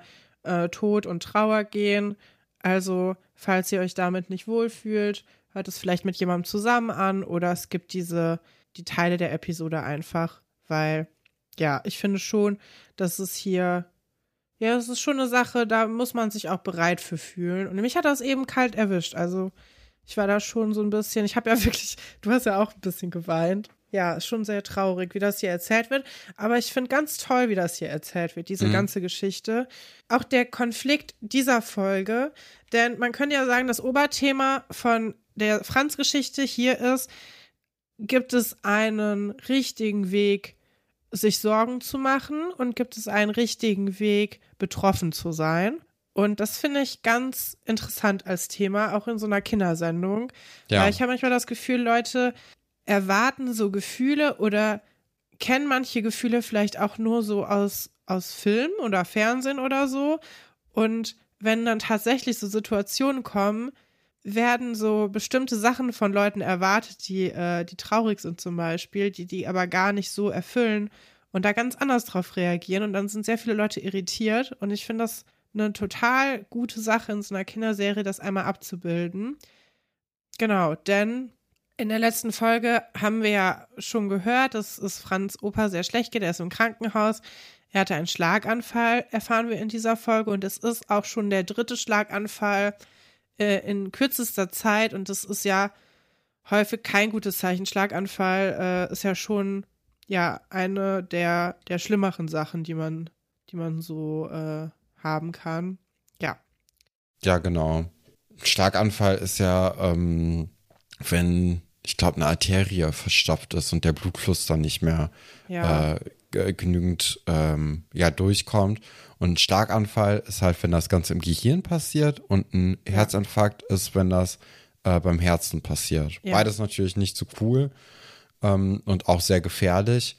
[SPEAKER 1] Tod und Trauer gehen. Also, falls ihr euch damit nicht wohlfühlt, hört es vielleicht mit jemandem zusammen an oder es gibt die Teile der Episode einfach, weil, ich finde schon, dass es hier, es ist schon eine Sache, da muss man sich auch bereit für fühlen. Und mich hat das eben kalt erwischt. Also, ich war da schon so ein bisschen, ich habe ja wirklich, du hast ja auch ein bisschen geweint. Ja, ist schon sehr traurig, wie das hier erzählt wird. Aber ich finde ganz toll, wie das hier erzählt wird, diese ganze Geschichte. Auch der Konflikt dieser Folge. Denn man könnte ja sagen, das Oberthema von der Franz-Geschichte hier ist, gibt es einen richtigen Weg, sich Sorgen zu machen und gibt es einen richtigen Weg, betroffen zu sein. Und das finde ich ganz interessant als Thema, auch in so einer Kindersendung. Ja. Weil ich habe manchmal das Gefühl, Leute erwarten so Gefühle oder kennen manche Gefühle vielleicht auch nur so aus Film oder Fernsehen oder so. Und wenn dann tatsächlich so Situationen kommen, werden so bestimmte Sachen von Leuten erwartet, die traurig sind zum Beispiel, die aber gar nicht so erfüllen und da ganz anders drauf reagieren. Und dann sind sehr viele Leute irritiert. Und ich finde das eine total gute Sache in so einer Kinderserie, das einmal abzubilden. Genau, denn in der letzten Folge haben wir ja schon gehört, dass es Franz Opa sehr schlecht geht. Er ist im Krankenhaus. Er hatte einen Schlaganfall, erfahren wir in dieser Folge. Und es ist auch schon der 3. Schlaganfall in kürzester Zeit. Und das ist ja häufig kein gutes Zeichen. Schlaganfall ist ja schon eine der schlimmeren Sachen, die man so haben kann. Ja.
[SPEAKER 2] Ja, genau. Schlaganfall ist ja, wenn, ich glaube, eine Arterie verstopft ist und der Blutfluss dann nicht mehr genügend durchkommt. Und Schlaganfall ist halt, wenn das Ganze im Gehirn passiert und ein Herzinfarkt ist, wenn das beim Herzen passiert. Ja. Beides natürlich nicht so cool und auch sehr gefährlich.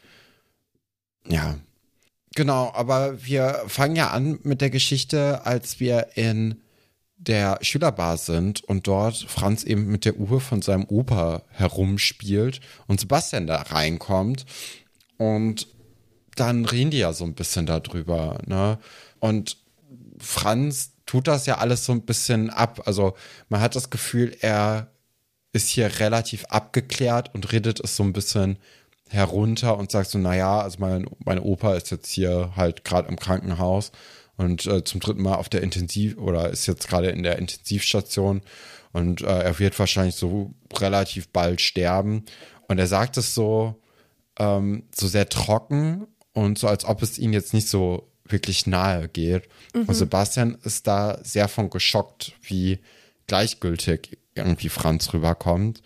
[SPEAKER 2] Ja, genau, aber wir fangen ja an mit der Geschichte, als wir in der Schülerbar sind und dort Franz eben mit der Uhr von seinem Opa herumspielt und Sebastian da reinkommt und dann reden die ja so ein bisschen darüber, ne? Und Franz tut das ja alles so ein bisschen ab, also man hat das Gefühl, er ist hier relativ abgeklärt und redet es so ein bisschen herunter und sagt so, naja, also mein Opa ist jetzt hier halt gerade im Krankenhaus und zum 3. Mal auf der ist jetzt gerade in der Intensivstation und er wird wahrscheinlich so relativ bald sterben. Und er sagt es so sehr trocken und so, als ob es ihm jetzt nicht so wirklich nahe geht. Und Sebastian ist da sehr von geschockt, wie gleichgültig irgendwie Franz rüberkommt.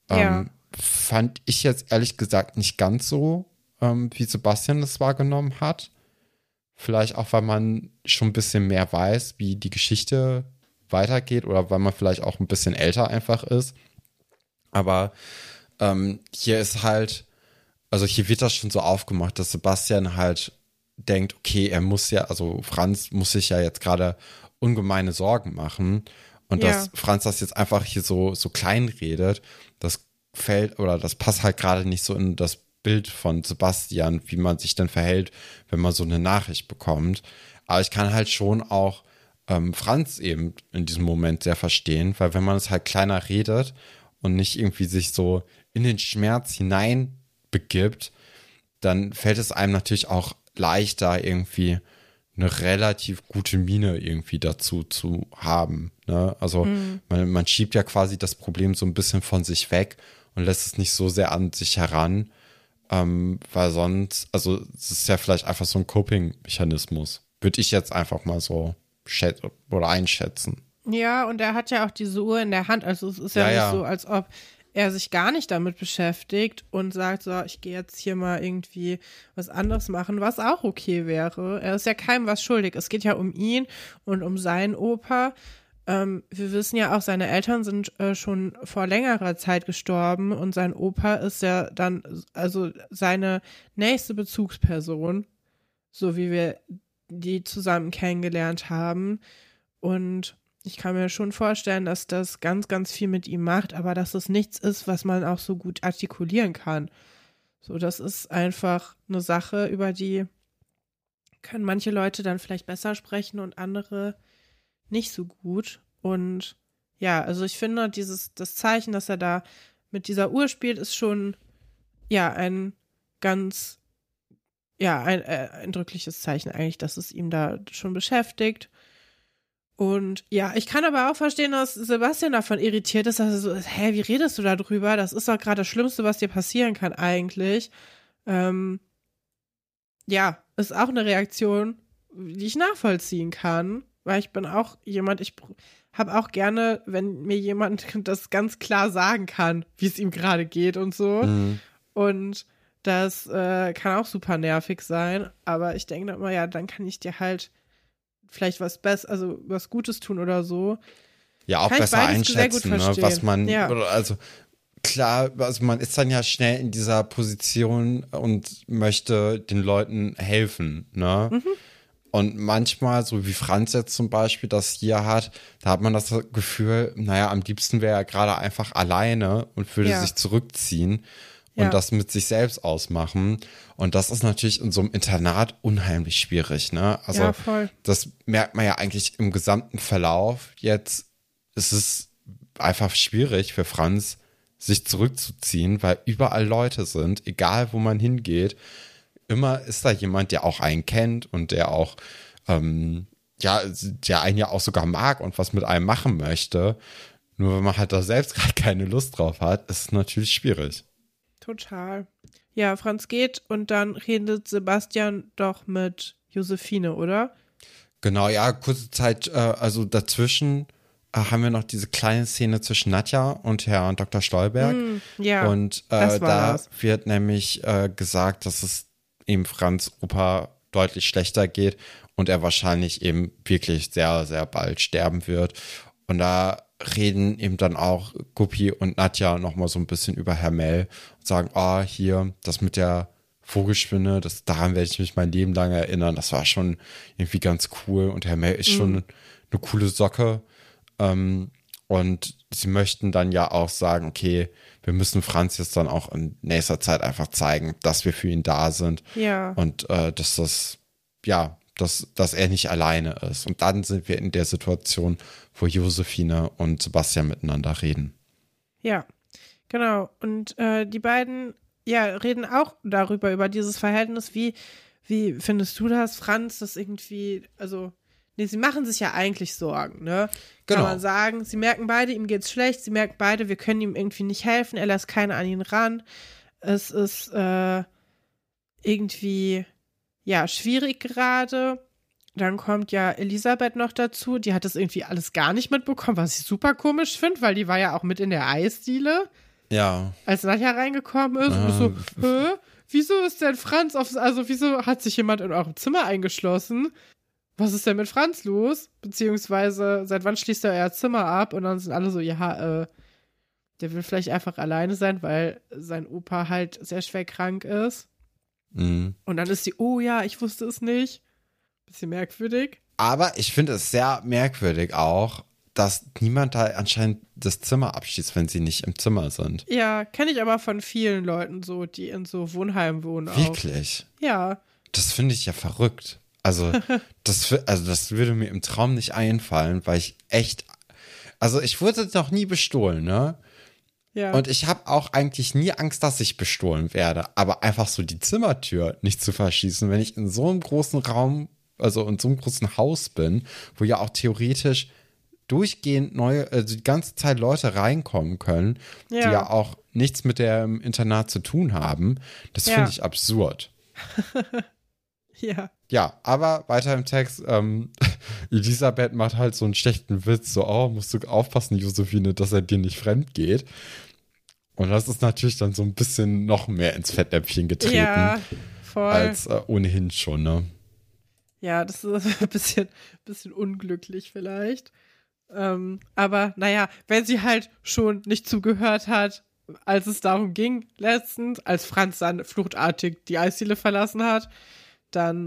[SPEAKER 2] Fand ich jetzt ehrlich gesagt nicht ganz so, wie Sebastian das wahrgenommen hat. Vielleicht auch, weil man schon ein bisschen mehr weiß, wie die Geschichte weitergeht oder weil man vielleicht auch ein bisschen älter einfach ist. Aber hier ist halt, also hier wird das schon so aufgemacht, dass Sebastian halt denkt, okay, Franz muss sich ja jetzt gerade ungemeine Sorgen machen. Und
[SPEAKER 1] Ja.
[SPEAKER 2] dass Franz das jetzt einfach hier so klein redet, das das passt halt gerade nicht so in das Bild von Sebastian, wie man sich denn verhält, wenn man so eine Nachricht bekommt. Aber ich kann halt schon auch Franz eben in diesem Moment sehr verstehen, weil wenn man es halt kleiner redet und nicht irgendwie sich so in den Schmerz hinein begibt, dann fällt es einem natürlich auch leichter, irgendwie eine relativ gute Miene irgendwie dazu zu haben. Ne? Also man schiebt ja quasi das Problem so ein bisschen von sich weg und lässt es nicht so sehr an sich heran, weil sonst, also es ist ja vielleicht einfach so ein Coping-Mechanismus. Würde ich jetzt einfach mal so einschätzen.
[SPEAKER 1] Ja, und er hat ja auch diese Uhr in der Hand. Also es ist ja,
[SPEAKER 2] Ja,
[SPEAKER 1] nicht
[SPEAKER 2] ja.
[SPEAKER 1] so, als ob er sich gar nicht damit beschäftigt und sagt so, ich gehe jetzt hier mal irgendwie was anderes machen, was auch okay wäre. Er ist ja keinem was schuldig. Es geht ja um ihn und um seinen Opa. Wir wissen ja auch, seine Eltern sind schon vor längerer Zeit gestorben und sein Opa ist ja dann, also seine nächste Bezugsperson, so wie wir die zusammen kennengelernt haben. Und ich kann mir schon vorstellen, dass das ganz, ganz viel mit ihm macht, aber dass es nichts ist, was man auch so gut artikulieren kann. So, das ist einfach eine Sache, über die können manche Leute dann vielleicht besser sprechen und andere nicht so gut. Und ja, also ich finde, das Zeichen, dass er da mit dieser Uhr spielt, ist schon, ja, ein ganz, ja, ein eindrückliches Zeichen eigentlich, dass es ihm da schon beschäftigt. Und ja, ich kann aber auch verstehen, dass Sebastian davon irritiert ist, dass er so ist, hä, wie redest du da drüber? Das ist doch gerade das Schlimmste, was dir passieren kann eigentlich. Ja, ist auch eine Reaktion, die ich nachvollziehen kann, weil ich bin auch jemand, ich habe auch gerne, wenn mir jemand das ganz klar sagen kann, wie es ihm gerade geht und so. Und das kann auch super nervig sein, aber ich denke immer, ja, dann kann ich dir halt vielleicht was Gutes tun oder so.
[SPEAKER 2] Ja, auch
[SPEAKER 1] Kann ich
[SPEAKER 2] besser
[SPEAKER 1] beides sehr gut
[SPEAKER 2] einschätzen, ne,
[SPEAKER 1] verstehen.
[SPEAKER 2] was man,
[SPEAKER 1] Ja.
[SPEAKER 2] also klar, also man ist dann ja schnell in dieser Position und möchte den Leuten helfen, ne? Und manchmal, so wie Franz jetzt zum Beispiel das hier hat, da hat man das Gefühl, naja, am liebsten wäre er gerade einfach alleine und würde
[SPEAKER 1] Ja.
[SPEAKER 2] sich zurückziehen und
[SPEAKER 1] Ja.
[SPEAKER 2] das mit sich selbst ausmachen. Und das ist natürlich in so einem Internat unheimlich schwierig, ne? Also
[SPEAKER 1] Ja, voll.
[SPEAKER 2] das merkt man ja eigentlich im gesamten Verlauf. Jetzt ist es einfach schwierig für Franz, sich zurückzuziehen, weil überall Leute sind, egal wo man hingeht. Immer ist da jemand, der auch einen kennt und der auch, der einen ja auch sogar mag und was mit einem machen möchte. Nur wenn man halt da selbst gerade keine Lust drauf hat, ist es natürlich schwierig.
[SPEAKER 1] Total. Ja, Franz geht und dann redet Sebastian doch mit Josephine, oder?
[SPEAKER 2] Genau, ja, kurze Zeit, also dazwischen haben wir noch diese kleine Szene zwischen Nadja und Herrn Dr. Stolberg.
[SPEAKER 1] Ja,
[SPEAKER 2] Und
[SPEAKER 1] das war
[SPEAKER 2] da
[SPEAKER 1] das.
[SPEAKER 2] wird nämlich gesagt, dass es eben Franz Opa deutlich schlechter geht und er wahrscheinlich eben wirklich sehr, sehr bald sterben wird. Und da reden eben dann auch Guppi und Nadja nochmal so ein bisschen über Hermel und sagen, hier, das mit der Vogelspinne, daran werde ich mich mein Leben lang erinnern. Das war schon irgendwie ganz cool und Hermel ist schon eine coole Socke. Und sie möchten dann ja auch sagen, okay, wir müssen Franz jetzt dann auch in nächster Zeit einfach zeigen, dass wir für ihn da sind.
[SPEAKER 1] Ja.
[SPEAKER 2] Und dass er nicht alleine ist. Und dann sind wir in der Situation, wo Josephine und Sebastian miteinander reden.
[SPEAKER 1] Ja, genau. Und die beiden, ja, reden auch darüber, über dieses Verhältnis. Wie findest du das, Franz, das irgendwie, also, nee, sie machen sich ja eigentlich Sorgen, ne?
[SPEAKER 2] Genau.
[SPEAKER 1] Kann man sagen. Sie merken beide, ihm geht's schlecht. Sie merken beide, wir können ihm irgendwie nicht helfen. Er lässt keiner an ihn ran. Es ist irgendwie, ja, schwierig gerade. Dann kommt ja Elisabeth noch dazu. Die hat das irgendwie alles gar nicht mitbekommen, was ich super komisch finde, weil die war ja auch mit in der Eisdiele,
[SPEAKER 2] Ja.
[SPEAKER 1] als Nadja reingekommen ist. Und ich so, wieso ist denn Franz wieso hat sich jemand in eurem Zimmer eingeschlossen? Was ist denn mit Franz los? Beziehungsweise, seit wann schließt er euer Zimmer ab? Und dann sind alle so, ja, der will vielleicht einfach alleine sein, weil sein Opa halt sehr schwer krank ist.
[SPEAKER 2] Mhm.
[SPEAKER 1] Und dann ist sie, oh ja, ich wusste es nicht. Bisschen merkwürdig.
[SPEAKER 2] Aber ich finde es sehr merkwürdig auch, dass niemand da anscheinend das Zimmer abschließt, wenn sie nicht im Zimmer sind.
[SPEAKER 1] Ja, kenne ich aber von vielen Leuten so, die in so Wohnheimen wohnen auch.
[SPEAKER 2] Wirklich?
[SPEAKER 1] Ja.
[SPEAKER 2] Das finde ich ja verrückt. Also das würde mir im Traum nicht einfallen, weil ich echt, also ich wurde noch nie bestohlen, ne?
[SPEAKER 1] Ja.
[SPEAKER 2] Und ich habe auch eigentlich nie Angst, dass ich bestohlen werde. Aber einfach so die Zimmertür nicht zu verschließen, wenn ich in so einem großen Raum, also in so einem großen Haus bin, wo ja auch theoretisch durchgehend also die ganze Zeit Leute reinkommen können, die ja auch nichts mit dem Internat zu tun haben. Das finde ich absurd.
[SPEAKER 1] Ja.
[SPEAKER 2] Ja, aber weiter im Text, Elisabeth macht halt so einen schlechten Witz, so, oh, musst du aufpassen, Josephine, dass er dir nicht fremd geht. Und das ist natürlich dann so ein bisschen noch mehr ins Fettnäpfchen getreten.
[SPEAKER 1] Voll.
[SPEAKER 2] Als ohnehin schon, ne?
[SPEAKER 1] Ja, das ist ein bisschen unglücklich vielleicht. Aber naja, wenn sie halt schon nicht zugehört hat, als es darum ging, letztens, als Franz dann fluchtartig die Eisdiele verlassen hat, dann,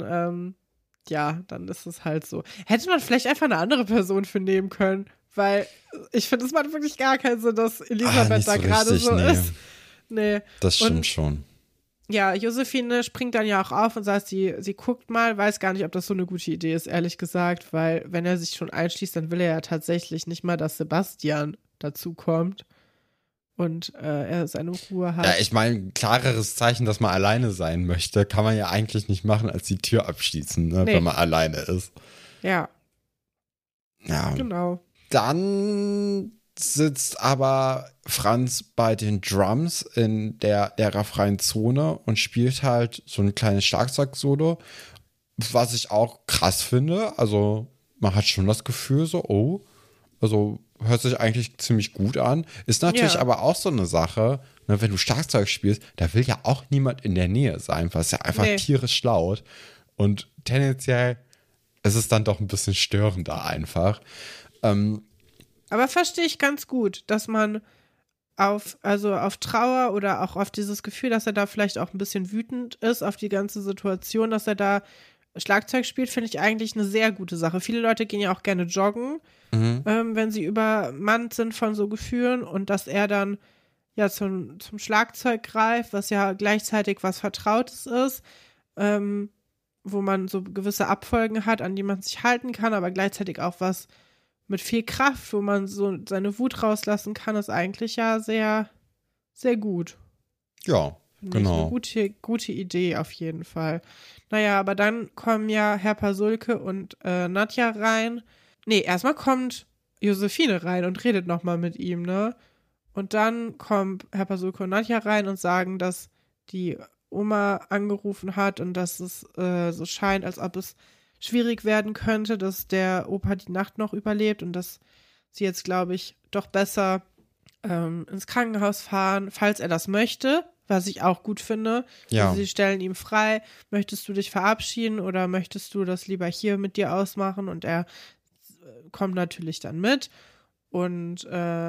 [SPEAKER 1] dann ist es halt so. Hätte man vielleicht einfach eine andere Person für nehmen können, weil ich finde, es macht wirklich gar keinen Sinn, dass Elisabeth da gerade so ist. Nee.
[SPEAKER 2] Das stimmt schon.
[SPEAKER 1] Ja, Josephine springt dann ja auch auf und sagt, sie guckt mal, weiß gar nicht, ob das so eine gute Idee ist, ehrlich gesagt, weil wenn er sich schon einschließt, dann will er ja tatsächlich nicht mal, dass Sebastian dazukommt und er seine Ruhe hat.
[SPEAKER 2] Ja, ich meine, ein klareres Zeichen, dass man alleine sein möchte, kann man ja eigentlich nicht machen, als die Tür abschließen, ne, wenn man alleine ist.
[SPEAKER 1] Ja.
[SPEAKER 2] Ja.
[SPEAKER 1] Genau.
[SPEAKER 2] Dann sitzt aber Franz bei den Drums in der lehrerfreien Zone und spielt halt so ein kleines Schlagzeugsolo, was ich auch krass finde. Also man hat schon das Gefühl so, oh, also hört sich eigentlich ziemlich gut an. Ist natürlich aber auch so eine Sache, ne, wenn du Schlagzeug spielst, da will ja auch niemand in der Nähe sein, weil es ja einfach tierisch laut. Und tendenziell ist es dann doch ein bisschen störender einfach.
[SPEAKER 1] Aber verstehe ich ganz gut, dass man auf Trauer oder auch auf dieses Gefühl, dass er da vielleicht auch ein bisschen wütend ist auf die ganze Situation, dass er da Schlagzeug spielt, finde ich eigentlich eine sehr gute Sache. Viele Leute gehen ja auch gerne joggen, wenn sie übermannt sind von so Gefühlen und dass er dann ja zum Schlagzeug greift, was ja gleichzeitig was Vertrautes ist, wo man so gewisse Abfolgen hat, an die man sich halten kann, aber gleichzeitig auch was mit viel Kraft, wo man so seine Wut rauslassen kann, ist eigentlich ja sehr, sehr gut.
[SPEAKER 2] Ja, genau.
[SPEAKER 1] Eine gute Idee auf jeden Fall. Naja, aber dann kommen ja Herr Pasulke und Nadja rein. Nee, erstmal kommt Josephine rein und redet nochmal mit ihm, ne? Und dann kommen Herr Pasulke und Nadja rein und sagen, dass die Oma angerufen hat und dass es so scheint, als ob es schwierig werden könnte, dass der Opa die Nacht noch überlebt und dass sie jetzt, glaube ich, doch besser ins Krankenhaus fahren, falls er das möchte, was ich auch gut finde.
[SPEAKER 2] Ja.
[SPEAKER 1] Also sie stellen ihm frei, möchtest du dich verabschieden oder möchtest du das lieber hier mit dir ausmachen? Und er kommt natürlich dann mit. Und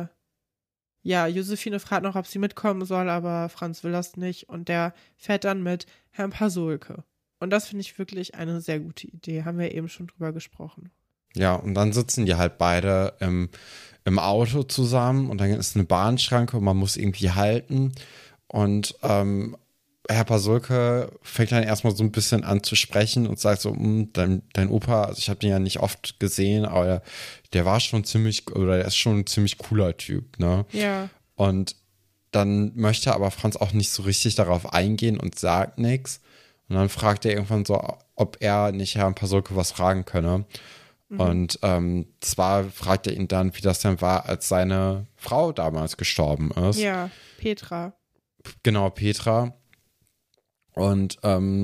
[SPEAKER 1] Josephine fragt noch, ob sie mitkommen soll, aber Franz will das nicht. Und der fährt dann mit Herrn Pasulke. Und das finde ich wirklich eine sehr gute Idee. Haben wir eben schon drüber gesprochen.
[SPEAKER 2] Ja, und dann sitzen die halt beide im Auto zusammen und dann ist eine Bahnschranke und man muss irgendwie halten. Und Herr Pasulke fängt dann erstmal so ein bisschen an zu sprechen und sagt so, dein Opa, also ich habe den ja nicht oft gesehen, aber der war schon der ist schon ein ziemlich cooler Typ, ne?
[SPEAKER 1] Ja.
[SPEAKER 2] Und dann möchte aber Franz auch nicht so richtig darauf eingehen und sagt nichts. Und dann fragt er irgendwann so, ob er nicht Herrn Pasulke was fragen könne. Und zwar fragt er ihn dann, wie das denn war, als seine Frau damals gestorben ist.
[SPEAKER 1] Ja, Petra.
[SPEAKER 2] Genau, Petra. Und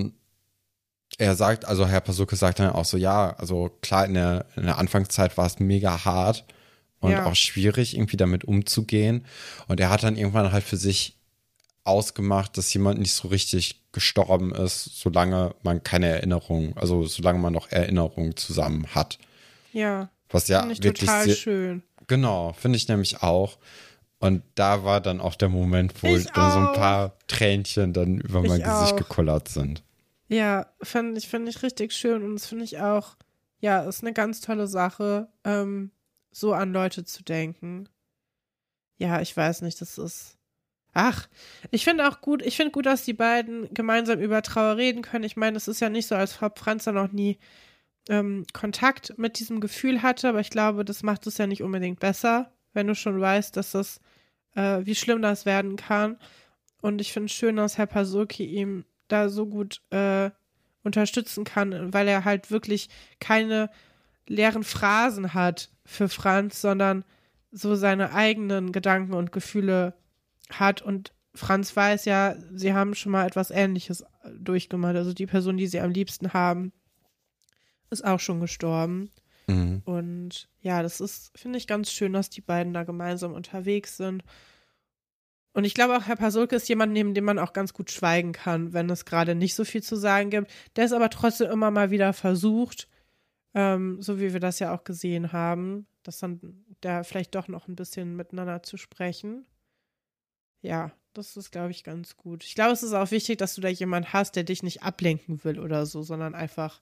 [SPEAKER 2] er sagt, also Herr Pasulke sagt dann auch so, ja, also klar, in der Anfangszeit war es mega hart und auch schwierig, irgendwie damit umzugehen. Und er hat dann irgendwann halt für sich ausgemacht, dass jemand nicht so richtig gestorben ist, solange man solange man noch Erinnerungen zusammen hat.
[SPEAKER 1] Ja.
[SPEAKER 2] Was ja
[SPEAKER 1] finde ich
[SPEAKER 2] wirklich
[SPEAKER 1] total schön.
[SPEAKER 2] Genau, finde ich nämlich auch. Und da war dann auch der Moment, wo dann so ein paar Tränchen dann über mein Gesicht gekullert sind.
[SPEAKER 1] Ja, finde ich richtig schön und das finde ich auch Ja, ist eine ganz tolle Sache, so an Leute zu denken. Ja, ich weiß nicht, das ist. Ach, ich finde gut, dass die beiden gemeinsam über Trauer reden können. Ich meine, es ist ja nicht so, als ob Franz da noch nie Kontakt mit diesem Gefühl hatte, aber ich glaube, das macht es ja nicht unbedingt besser, wenn du schon weißt, dass das, wie schlimm das werden kann. Und ich finde es schön, dass Herr Pasulke ihm da so gut unterstützen kann, weil er halt wirklich keine leeren Phrasen hat für Franz, sondern so seine eigenen Gedanken und Gefühle hat. Und Franz weiß ja, sie haben schon mal etwas Ähnliches durchgemacht. Also die Person, die sie am liebsten haben, ist auch schon gestorben.
[SPEAKER 2] Mhm.
[SPEAKER 1] Und ja, das ist, finde ich, ganz schön, dass die beiden da gemeinsam unterwegs sind. Und ich glaube auch, Herr Pasulke ist jemand, neben dem man auch ganz gut schweigen kann, wenn es gerade nicht so viel zu sagen gibt. Der ist aber trotzdem immer mal wieder versucht, so wie wir das ja auch gesehen haben, dass dann da vielleicht doch noch ein bisschen miteinander zu sprechen. Ja, das ist, glaube ich, ganz gut. Ich glaube, es ist auch wichtig, dass du da jemanden hast, der dich nicht ablenken will oder so, sondern einfach.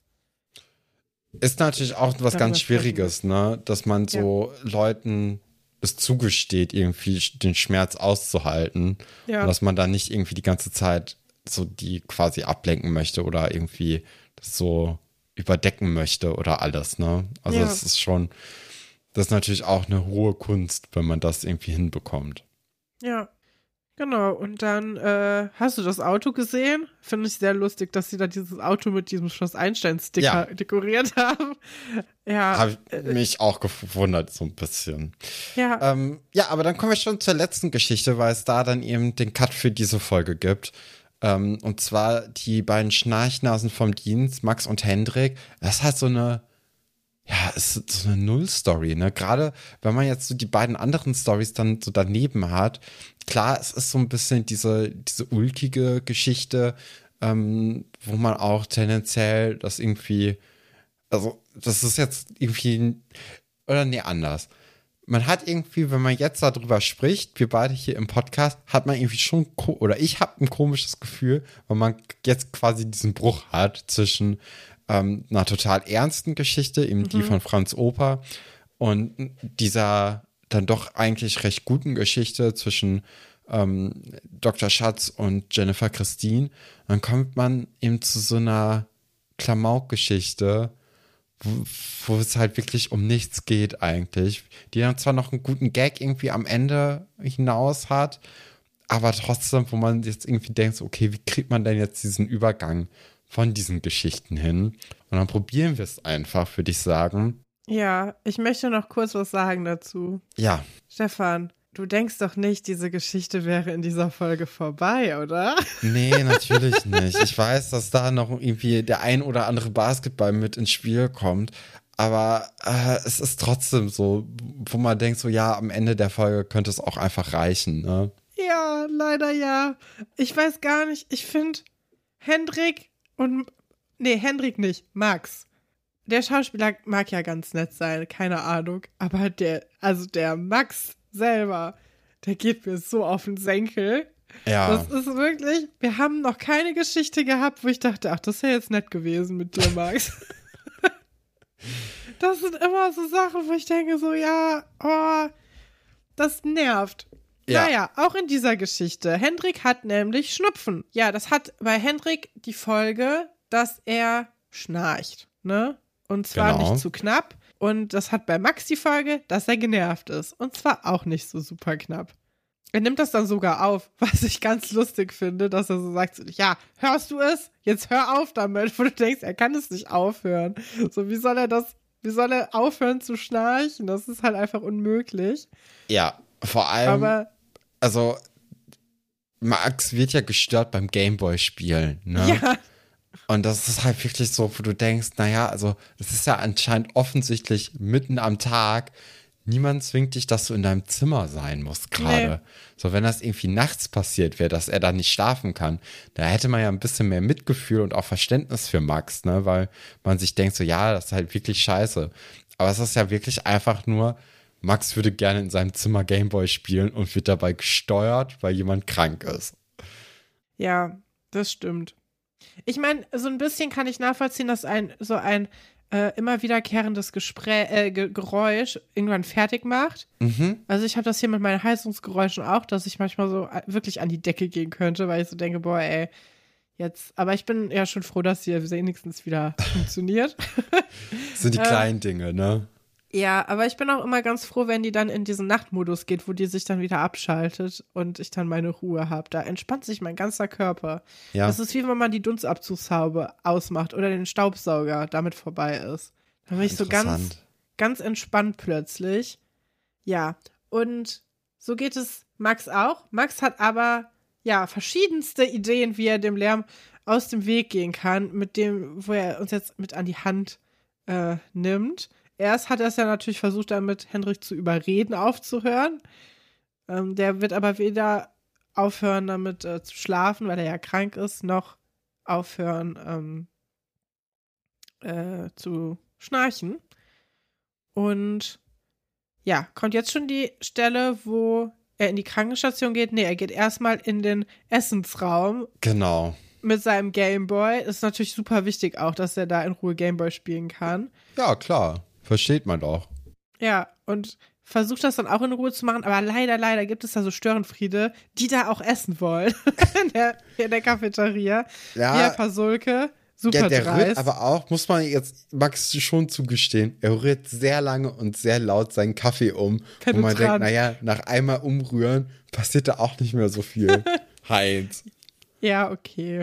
[SPEAKER 2] Ist natürlich auch was
[SPEAKER 1] Darüber
[SPEAKER 2] ganz Schwieriges, ne? Dass man so Leuten es zugesteht, irgendwie den Schmerz auszuhalten.
[SPEAKER 1] Ja.
[SPEAKER 2] Und dass man da nicht irgendwie die ganze Zeit so die quasi ablenken möchte oder irgendwie das so überdecken möchte oder alles, ne? Also das ist schon, das ist natürlich auch eine hohe Kunst, wenn man das irgendwie hinbekommt.
[SPEAKER 1] Ja, genau. Und dann, hast du das Auto gesehen? Finde ich sehr lustig, dass sie da dieses Auto mit diesem Schloss Einstein-Sticker dekoriert haben. Ja.
[SPEAKER 2] Habe ich mich auch gewundert, so ein bisschen.
[SPEAKER 1] Ja.
[SPEAKER 2] Ja, aber dann kommen wir schon zur letzten Geschichte, weil es da dann eben den Cut für diese Folge gibt. Und zwar die beiden Schnarchnasen vom Dienst, Max und Hendrik. Das ist halt so eine, ja, ist so eine Null-Story, ne? Gerade wenn man jetzt so die beiden anderen Stories dann so daneben hat. Klar, es ist so ein bisschen diese ulkige Geschichte, wo man auch tendenziell das irgendwie, also das ist jetzt irgendwie, oder nee, anders. Man hat irgendwie, wenn man jetzt darüber spricht, wir beide hier im Podcast, hat man irgendwie schon, oder ich habe ein komisches Gefühl, weil man jetzt quasi diesen Bruch hat zwischen einer total ernsten Geschichte, eben die von Franz Oper, und dieser dann doch eigentlich recht guten Geschichte zwischen Dr. Schatz und Jennifer Christine. Dann kommt man eben zu so einer Klamauk-Geschichte, wo es halt wirklich um nichts geht eigentlich. Die dann zwar noch einen guten Gag irgendwie am Ende hinaus hat, aber trotzdem, wo man jetzt irgendwie denkt, okay, wie kriegt man denn jetzt diesen Übergang von diesen Geschichten hin? Und dann probieren wir es einfach, würde ich sagen.
[SPEAKER 1] Ja, ich möchte noch kurz was sagen dazu.
[SPEAKER 2] Ja.
[SPEAKER 1] Stefan, du denkst doch nicht, diese Geschichte wäre in dieser Folge vorbei, oder?
[SPEAKER 2] Nee, natürlich nicht. Ich weiß, dass da noch irgendwie der ein oder andere Basketball mit ins Spiel kommt. Aber es ist trotzdem so, wo man denkt, so ja, am Ende der Folge könnte es auch einfach reichen, ne?
[SPEAKER 1] Ja, leider ja. Ich weiß gar nicht, ich finde Hendrik nicht, Max. Der Schauspieler mag ja ganz nett sein, keine Ahnung. Aber der Max selber, der geht mir so auf den Senkel.
[SPEAKER 2] Ja.
[SPEAKER 1] Das ist wirklich, wir haben noch keine Geschichte gehabt, wo ich dachte, ach, das wäre jetzt nett gewesen mit dir, Max. Das sind immer so Sachen, wo ich denke so, ja, oh, das nervt.
[SPEAKER 2] Ja.
[SPEAKER 1] Naja, auch in dieser Geschichte. Hendrik hat nämlich Schnupfen. Ja, das hat bei Hendrik die Folge, dass er schnarcht, ne? Und zwar nicht zu knapp. Und das hat bei Max die Folge, dass er genervt ist. Und zwar auch nicht so super knapp. Er nimmt das dann sogar auf, was ich ganz lustig finde, dass er so sagt, ja, hörst du es? Jetzt hör auf damit. Wo du denkst, er kann es nicht aufhören. So, wie soll er aufhören zu schnarchen? Das ist halt einfach unmöglich.
[SPEAKER 2] Ja, vor allem, also Max wird ja gestört beim Gameboy-Spielen, ne? Ja. Und das ist halt wirklich so, wo du denkst, naja, also das ist ja anscheinend offensichtlich mitten am Tag. Niemand zwingt dich, dass du in deinem Zimmer sein musst gerade. Nee. So, wenn das irgendwie nachts passiert wäre, dass er da nicht schlafen kann, da hätte man ja ein bisschen mehr Mitgefühl und auch Verständnis für Max, ne? Weil man sich denkt so, ja, das ist halt wirklich scheiße. Aber es ist ja wirklich einfach nur, Max würde gerne in seinem Zimmer Gameboy spielen und wird dabei gesteuert, weil jemand krank ist.
[SPEAKER 1] Ja, das stimmt. Ich meine, so ein bisschen kann ich nachvollziehen, dass ein immer wiederkehrendes Geräusch irgendwann fertig macht.
[SPEAKER 2] Mhm.
[SPEAKER 1] Also ich habe das hier mit meinen Heizungsgeräuschen auch, dass ich manchmal so wirklich an die Decke gehen könnte, weil ich so denke, boah, ey, jetzt. Aber ich bin ja schon froh, dass sie wenigstens wieder funktioniert.
[SPEAKER 2] Das sind die kleinen Dinge, ne?
[SPEAKER 1] Ja, aber ich bin auch immer ganz froh, wenn die dann in diesen Nachtmodus geht, wo die sich dann wieder abschaltet und ich dann meine Ruhe habe. Da entspannt sich mein ganzer Körper.
[SPEAKER 2] Ja.
[SPEAKER 1] Das ist wie wenn man die Dunstabzugshaube ausmacht oder den Staubsauger damit vorbei ist. Dann bin ich so
[SPEAKER 2] Interessant.
[SPEAKER 1] ganz entspannt plötzlich. Ja, und so geht es Max auch. Max hat aber, ja, verschiedenste Ideen, wie er dem Lärm aus dem Weg gehen kann, mit dem, wo er uns jetzt mit an die Hand nimmt. Erst hat er es ja natürlich versucht, damit Hendrik zu überreden, aufzuhören. Der wird aber weder aufhören, damit zu schlafen, weil er ja krank ist, noch aufhören zu schnarchen. Und ja, kommt jetzt schon die Stelle, wo er in die Krankenstation geht. Nee, er geht erstmal in den Essensraum
[SPEAKER 2] Genau.
[SPEAKER 1] mit seinem Gameboy. Ist natürlich super wichtig auch, dass er da in Ruhe Gameboy spielen kann.
[SPEAKER 2] Ja, klar. Versteht man doch.
[SPEAKER 1] Ja, und versucht das dann auch in Ruhe zu machen, aber leider gibt es da so Störenfriede, die da auch essen wollen. in der Cafeteria.
[SPEAKER 2] Ja.
[SPEAKER 1] Wie Herr Pasulke. Super
[SPEAKER 2] Ja, der rührt
[SPEAKER 1] dreist.
[SPEAKER 2] aber auch, muss man jetzt Max schon zugestehen, er rührt sehr lange und sehr laut seinen Kaffee um. Wo man denkt,
[SPEAKER 1] Penetrant.
[SPEAKER 2] naja, nach einmal umrühren passiert da auch nicht mehr so viel. Heinz.
[SPEAKER 1] Ja, okay.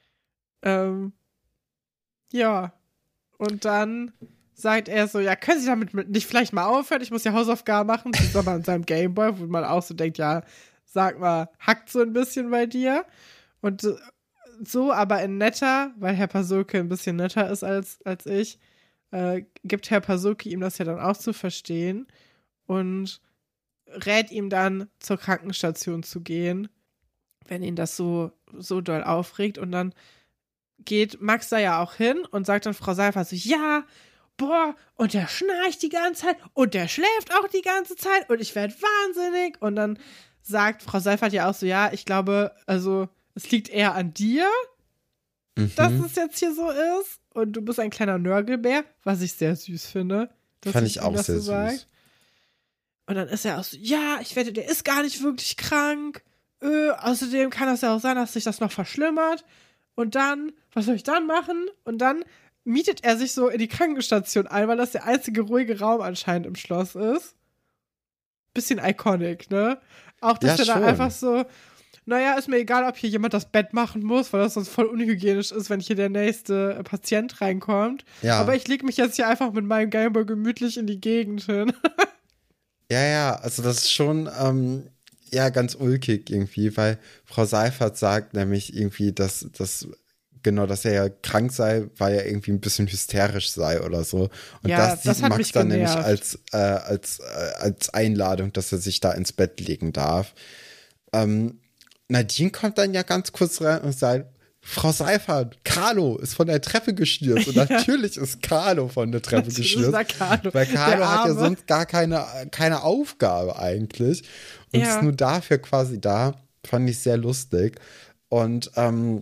[SPEAKER 1] Ja. Und dann sagt er so, ja, können Sie damit nicht vielleicht mal aufhören? Ich muss ja Hausaufgaben machen. Das ist aber an seinem Gameboy, wo man auch so denkt, ja, sag mal, hackt so ein bisschen bei dir. Und so aber in netter, weil Herr Pasulke ein bisschen netter ist als ich, gibt Herr Pasulke ihm das ja dann auch zu verstehen und rät ihm dann, zur Krankenstation zu gehen, wenn ihn das so doll aufregt. Und dann geht Max da ja auch hin und sagt dann Frau Seifert so, ja, boah, und der schnarcht die ganze Zeit und der schläft auch die ganze Zeit und ich werde wahnsinnig. Und dann sagt Frau Seifert ja auch so, ja, ich glaube, also es liegt eher an dir, dass es jetzt hier so ist. Und du bist ein kleiner Nörgelbär, was ich sehr süß finde.
[SPEAKER 2] Fand ich
[SPEAKER 1] ihm
[SPEAKER 2] auch
[SPEAKER 1] das
[SPEAKER 2] sehr
[SPEAKER 1] so
[SPEAKER 2] süß.
[SPEAKER 1] sagt. Und dann ist er auch so, ja, ich wette, der ist gar nicht wirklich krank. Außerdem kann das ja auch sein, dass sich das noch verschlimmert. Und dann, was soll ich dann machen? Und dann mietet er sich so in die Krankenstation ein, weil das der einzige ruhige Raum anscheinend im Schloss ist. Bisschen iconic, ne? Auch, dass
[SPEAKER 2] Ja,
[SPEAKER 1] er da
[SPEAKER 2] schon.
[SPEAKER 1] einfach so, naja, ist mir egal, ob hier jemand das Bett machen muss, weil das sonst voll unhygienisch ist, wenn hier der nächste Patient reinkommt.
[SPEAKER 2] Ja.
[SPEAKER 1] Aber ich leg mich jetzt hier einfach mit meinem Gameboy gemütlich in die Gegend hin.
[SPEAKER 2] Ja, also das ist schon, ja, ganz ulkig irgendwie, weil Frau Seifert sagt nämlich irgendwie, dass er ja krank sei, weil er irgendwie ein bisschen hysterisch sei oder so. Und
[SPEAKER 1] Ja,
[SPEAKER 2] das
[SPEAKER 1] das
[SPEAKER 2] sieht
[SPEAKER 1] hat
[SPEAKER 2] Max
[SPEAKER 1] mich
[SPEAKER 2] dann nämlich
[SPEAKER 1] genervt.
[SPEAKER 2] als Einladung, dass er sich da ins Bett legen darf. Nadine kommt dann ja ganz kurz rein und sagt, Frau Seifert, Carlo ist von der Treppe gestürzt. Und natürlich ist Carlo von der Treppe
[SPEAKER 1] Natürlich
[SPEAKER 2] gestürzt.
[SPEAKER 1] ist Carlo,
[SPEAKER 2] Weil Carlo
[SPEAKER 1] der
[SPEAKER 2] hat ja
[SPEAKER 1] Arme.
[SPEAKER 2] sonst gar keine Aufgabe eigentlich. Und
[SPEAKER 1] Ja.
[SPEAKER 2] ist nur dafür quasi da. Fand ich sehr lustig. Und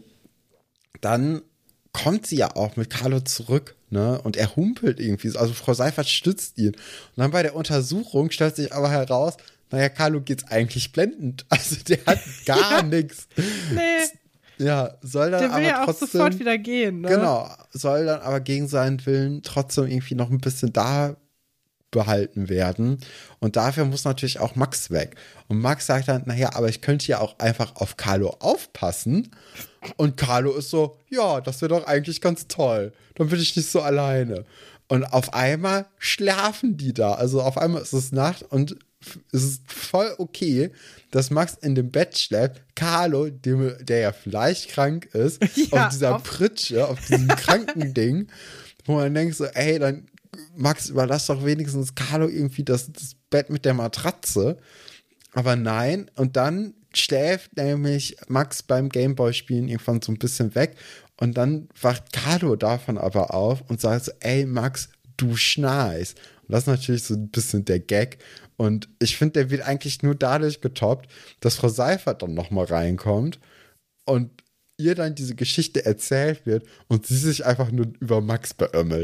[SPEAKER 2] dann kommt sie ja auch mit Carlo zurück, ne? Und er humpelt irgendwie. Also Frau Seifert stützt ihn. Und dann bei der Untersuchung stellt sich aber heraus, naja, Carlo geht's eigentlich blendend. Also der hat gar nichts.
[SPEAKER 1] Nee,
[SPEAKER 2] Ja, soll dann
[SPEAKER 1] der will
[SPEAKER 2] aber
[SPEAKER 1] ja auch
[SPEAKER 2] trotzdem,
[SPEAKER 1] sofort wieder gehen, ne?
[SPEAKER 2] Genau, soll dann aber gegen seinen Willen trotzdem irgendwie noch ein bisschen da behalten werden. Und dafür muss natürlich auch Max weg. Und Max sagt dann, naja, aber ich könnte ja auch einfach auf Carlo aufpassen. Und Carlo ist so, ja, das wäre doch eigentlich ganz toll. Dann bin ich nicht so alleine. Und auf einmal schlafen die da. Also auf einmal ist es Nacht und es ist voll okay, dass Max in dem Bett schläft. Carlo, der ja vielleicht krank ist,
[SPEAKER 1] Ja,
[SPEAKER 2] auf dieser Pritsche, auf diesem kranken Ding, wo man denkt so, ey, dann Max, überlass doch wenigstens Carlo irgendwie das Bett mit der Matratze. Aber nein, und dann schläft nämlich Max beim Gameboy-Spielen irgendwann so ein bisschen weg und dann wacht Carlo davon aber auf und sagt so, ey Max, du schnarchst. Und das ist natürlich so ein bisschen der Gag. Und ich finde, der wird eigentlich nur dadurch getoppt, dass Frau Seifert dann nochmal reinkommt und ihr dann diese Geschichte erzählt wird und sie sich einfach nur über Max beömmelt.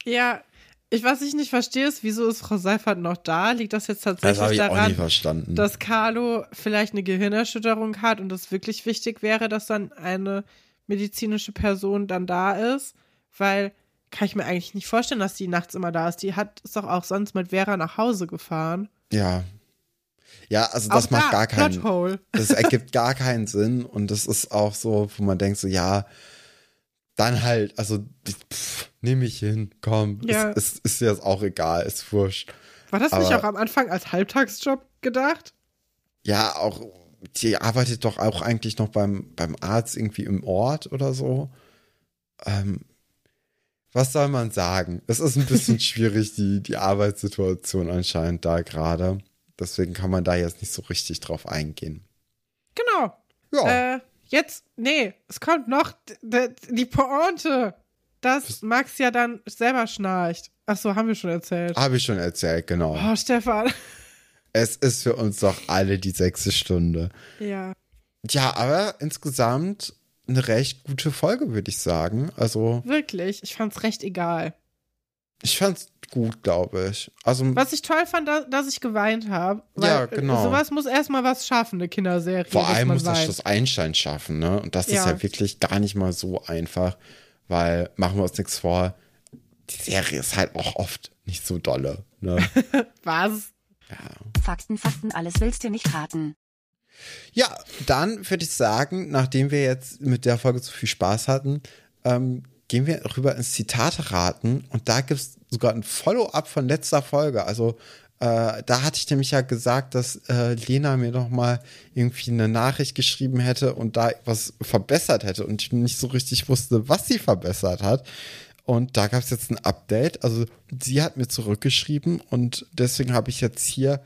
[SPEAKER 1] Ja, was ich nicht verstehe, ist, wieso ist Frau Seifert noch da? Liegt das jetzt
[SPEAKER 2] Das habe
[SPEAKER 1] tatsächlich
[SPEAKER 2] ich auch nie
[SPEAKER 1] daran,
[SPEAKER 2] verstanden.
[SPEAKER 1] dass Carlo vielleicht eine Gehirnerschütterung hat und es wirklich wichtig wäre, dass dann eine medizinische Person dann da ist? Weil kann ich mir eigentlich nicht vorstellen, dass die nachts immer da ist. Ist doch auch sonst mit Vera nach Hause gefahren.
[SPEAKER 2] Ja. Ja, also das
[SPEAKER 1] Auch
[SPEAKER 2] macht
[SPEAKER 1] da,
[SPEAKER 2] gar keinen
[SPEAKER 1] Plothole.
[SPEAKER 2] Das ergibt gar keinen Sinn und das ist auch so, wo man denkt so, ja, dann halt, also nehme ich hin, komm,
[SPEAKER 1] Ja.
[SPEAKER 2] ist jetzt auch egal, ist wurscht.
[SPEAKER 1] War das nicht
[SPEAKER 2] Aber-
[SPEAKER 1] auch am Anfang als Halbtagsjob gedacht?
[SPEAKER 2] Ja, auch, die arbeitet doch auch eigentlich noch beim Arzt irgendwie im Ort oder so. Was soll man sagen? Es ist ein bisschen schwierig, die Arbeitssituation anscheinend da gerade. Deswegen kann man da jetzt nicht so richtig drauf eingehen.
[SPEAKER 1] Genau.
[SPEAKER 2] Ja,
[SPEAKER 1] Es kommt noch die Pointe, dass Max ja dann selber schnarcht. Ach so, haben wir schon erzählt.
[SPEAKER 2] habe ich schon erzählt, genau.
[SPEAKER 1] Oh, Stefan.
[SPEAKER 2] Es ist für uns doch alle die 6. Stunde.
[SPEAKER 1] Ja.
[SPEAKER 2] Ja, aber insgesamt eine recht gute Folge, würde ich sagen. Also,
[SPEAKER 1] Wirklich, ich fand's recht egal.
[SPEAKER 2] ich fand's gut, glaube ich. Also,
[SPEAKER 1] Was ich toll fand, dass ich geweint habe.
[SPEAKER 2] Ja, genau.
[SPEAKER 1] Sowas muss erstmal was schaffen, eine Kinderserie.
[SPEAKER 2] vor
[SPEAKER 1] bis
[SPEAKER 2] allem
[SPEAKER 1] man
[SPEAKER 2] muss das
[SPEAKER 1] weint.
[SPEAKER 2] Schloss Einstein schaffen, ne? Und das ist
[SPEAKER 1] Ja.
[SPEAKER 2] ja wirklich gar nicht mal so einfach, weil, machen wir uns nichts vor, die Serie ist halt auch oft nicht so dolle, ne?
[SPEAKER 1] Was?
[SPEAKER 4] Fakten, alles willst du nicht raten.
[SPEAKER 2] Ja, dann würde ich sagen, nachdem wir jetzt mit der Folge so viel Spaß hatten, gehen wir rüber ins Zitate raten. Und da gibt es sogar ein Follow-up von letzter Folge. Also da hatte ich nämlich ja gesagt, dass Lena mir noch mal irgendwie eine Nachricht geschrieben hätte und da was verbessert hätte und ich nicht so richtig wusste, was sie verbessert hat. Und da gab es jetzt ein Update. Also sie hat mir zurückgeschrieben und deswegen habe ich jetzt hier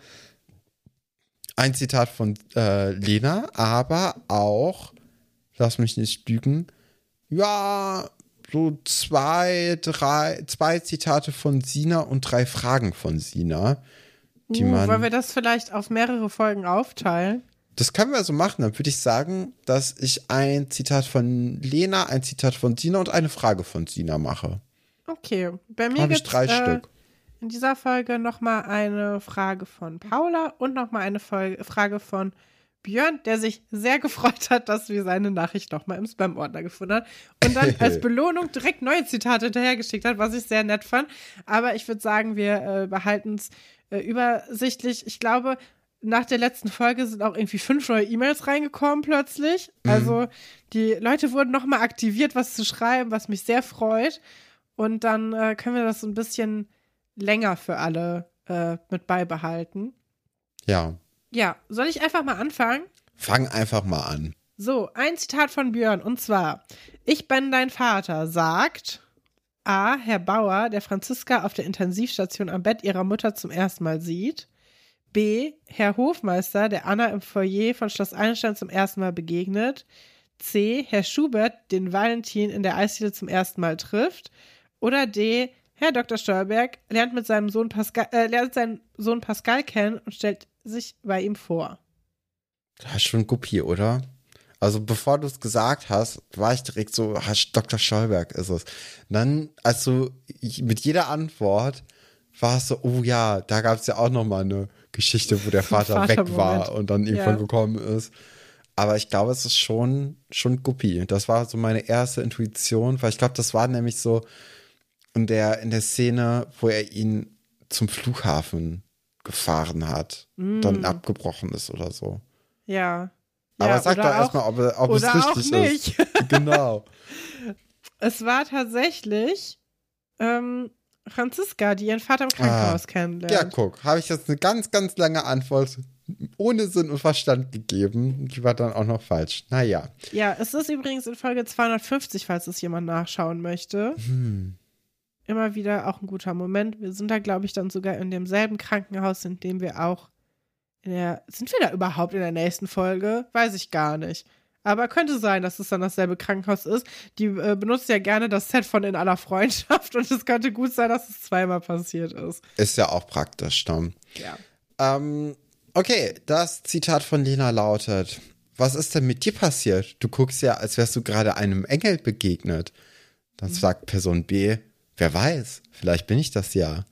[SPEAKER 2] ein Zitat von Lena, aber auch, lass mich nicht lügen, ja, so zwei Zitate von Sina und 3 Fragen von Sina, die
[SPEAKER 1] Wollen wir das vielleicht auf mehrere Folgen aufteilen?
[SPEAKER 2] das können wir so machen. Dann würde ich sagen, dass ich ein Zitat von Lena, ein Zitat von Sina und eine Frage von Sina mache.
[SPEAKER 1] Okay, bei mir
[SPEAKER 2] Habe ich
[SPEAKER 1] gibt's
[SPEAKER 2] 3 Stück.
[SPEAKER 1] in dieser Folge nochmal eine Frage von Paula und nochmal eine Frage von Björn, der sich sehr gefreut hat, dass wir seine Nachricht nochmal im Spam-Ordner gefunden haben und dann als Belohnung direkt neue Zitate hinterhergeschickt hat, was ich sehr nett fand. Aber ich würde sagen, wir behalten es übersichtlich. Ich glaube, nach der letzten Folge sind auch irgendwie 5 neue E-Mails reingekommen plötzlich. Also die Leute wurden nochmal aktiviert, was zu schreiben, was mich sehr freut. Und dann können wir das so ein bisschen länger für alle mit beibehalten.
[SPEAKER 2] Ja,
[SPEAKER 1] Ja, soll ich einfach mal anfangen?
[SPEAKER 2] fang einfach mal an.
[SPEAKER 1] So, ein Zitat von Björn und zwar: Ich bin dein Vater, sagt A. Herr Bauer, der Franziska auf der Intensivstation am Bett ihrer Mutter zum ersten Mal sieht. B. Herr Hofmeister, der Anna im Foyer von Schloss Einstein zum ersten Mal begegnet. C. Herr Schubert, den Valentin in der Eisdiele zum ersten Mal trifft. Oder D. Herr Dr. Stolberg lernt seinen Sohn Pascal kennen und stellt sich bei ihm vor.
[SPEAKER 2] Das ist schon Guppi, oder? Also bevor du es gesagt hast, war ich direkt so, Dr. Stolberg ist es. Dann, also mit jeder Antwort war es so, oh ja, da gab es ja auch noch mal eine Geschichte, wo der Vater weg war und dann irgendwann gekommen ist. Aber ich glaube, es ist schon Guppi. Das war so meine erste Intuition, weil ich glaube, das war nämlich so in der Szene, wo er ihn zum Flughafen gefahren hat, dann abgebrochen ist oder so.
[SPEAKER 1] Ja.
[SPEAKER 2] Aber
[SPEAKER 1] Ja,
[SPEAKER 2] sag doch
[SPEAKER 1] oder
[SPEAKER 2] erstmal, ob es
[SPEAKER 1] oder auch
[SPEAKER 2] richtig
[SPEAKER 1] nicht.
[SPEAKER 2] ist. Genau.
[SPEAKER 1] Es war tatsächlich Franziska, die ihren Vater im Krankenhaus kennenlernt.
[SPEAKER 2] Ja, guck, habe ich jetzt eine ganz, ganz lange Antwort ohne Sinn und Verstand gegeben. Die war dann auch noch falsch. Naja.
[SPEAKER 1] Ja, es ist übrigens in Folge 250, falls es jemand nachschauen möchte. Immer wieder auch ein guter Moment. Wir sind da, glaube ich, dann sogar in demselben Krankenhaus, in dem wir auch sind wir da überhaupt in der nächsten Folge? Weiß ich gar nicht. Aber könnte sein, dass es dann dasselbe Krankenhaus ist. Die benutzt ja gerne das Set von In aller Freundschaft und es könnte gut sein, dass es zweimal passiert ist.
[SPEAKER 2] Ist ja auch praktisch dann.
[SPEAKER 1] Ja.
[SPEAKER 2] Okay, das Zitat von Lena lautet: Was ist denn mit dir passiert? Du guckst ja, als wärst du gerade einem Engel begegnet. Dann sagt Person B: Wer weiß, vielleicht bin ich das ja.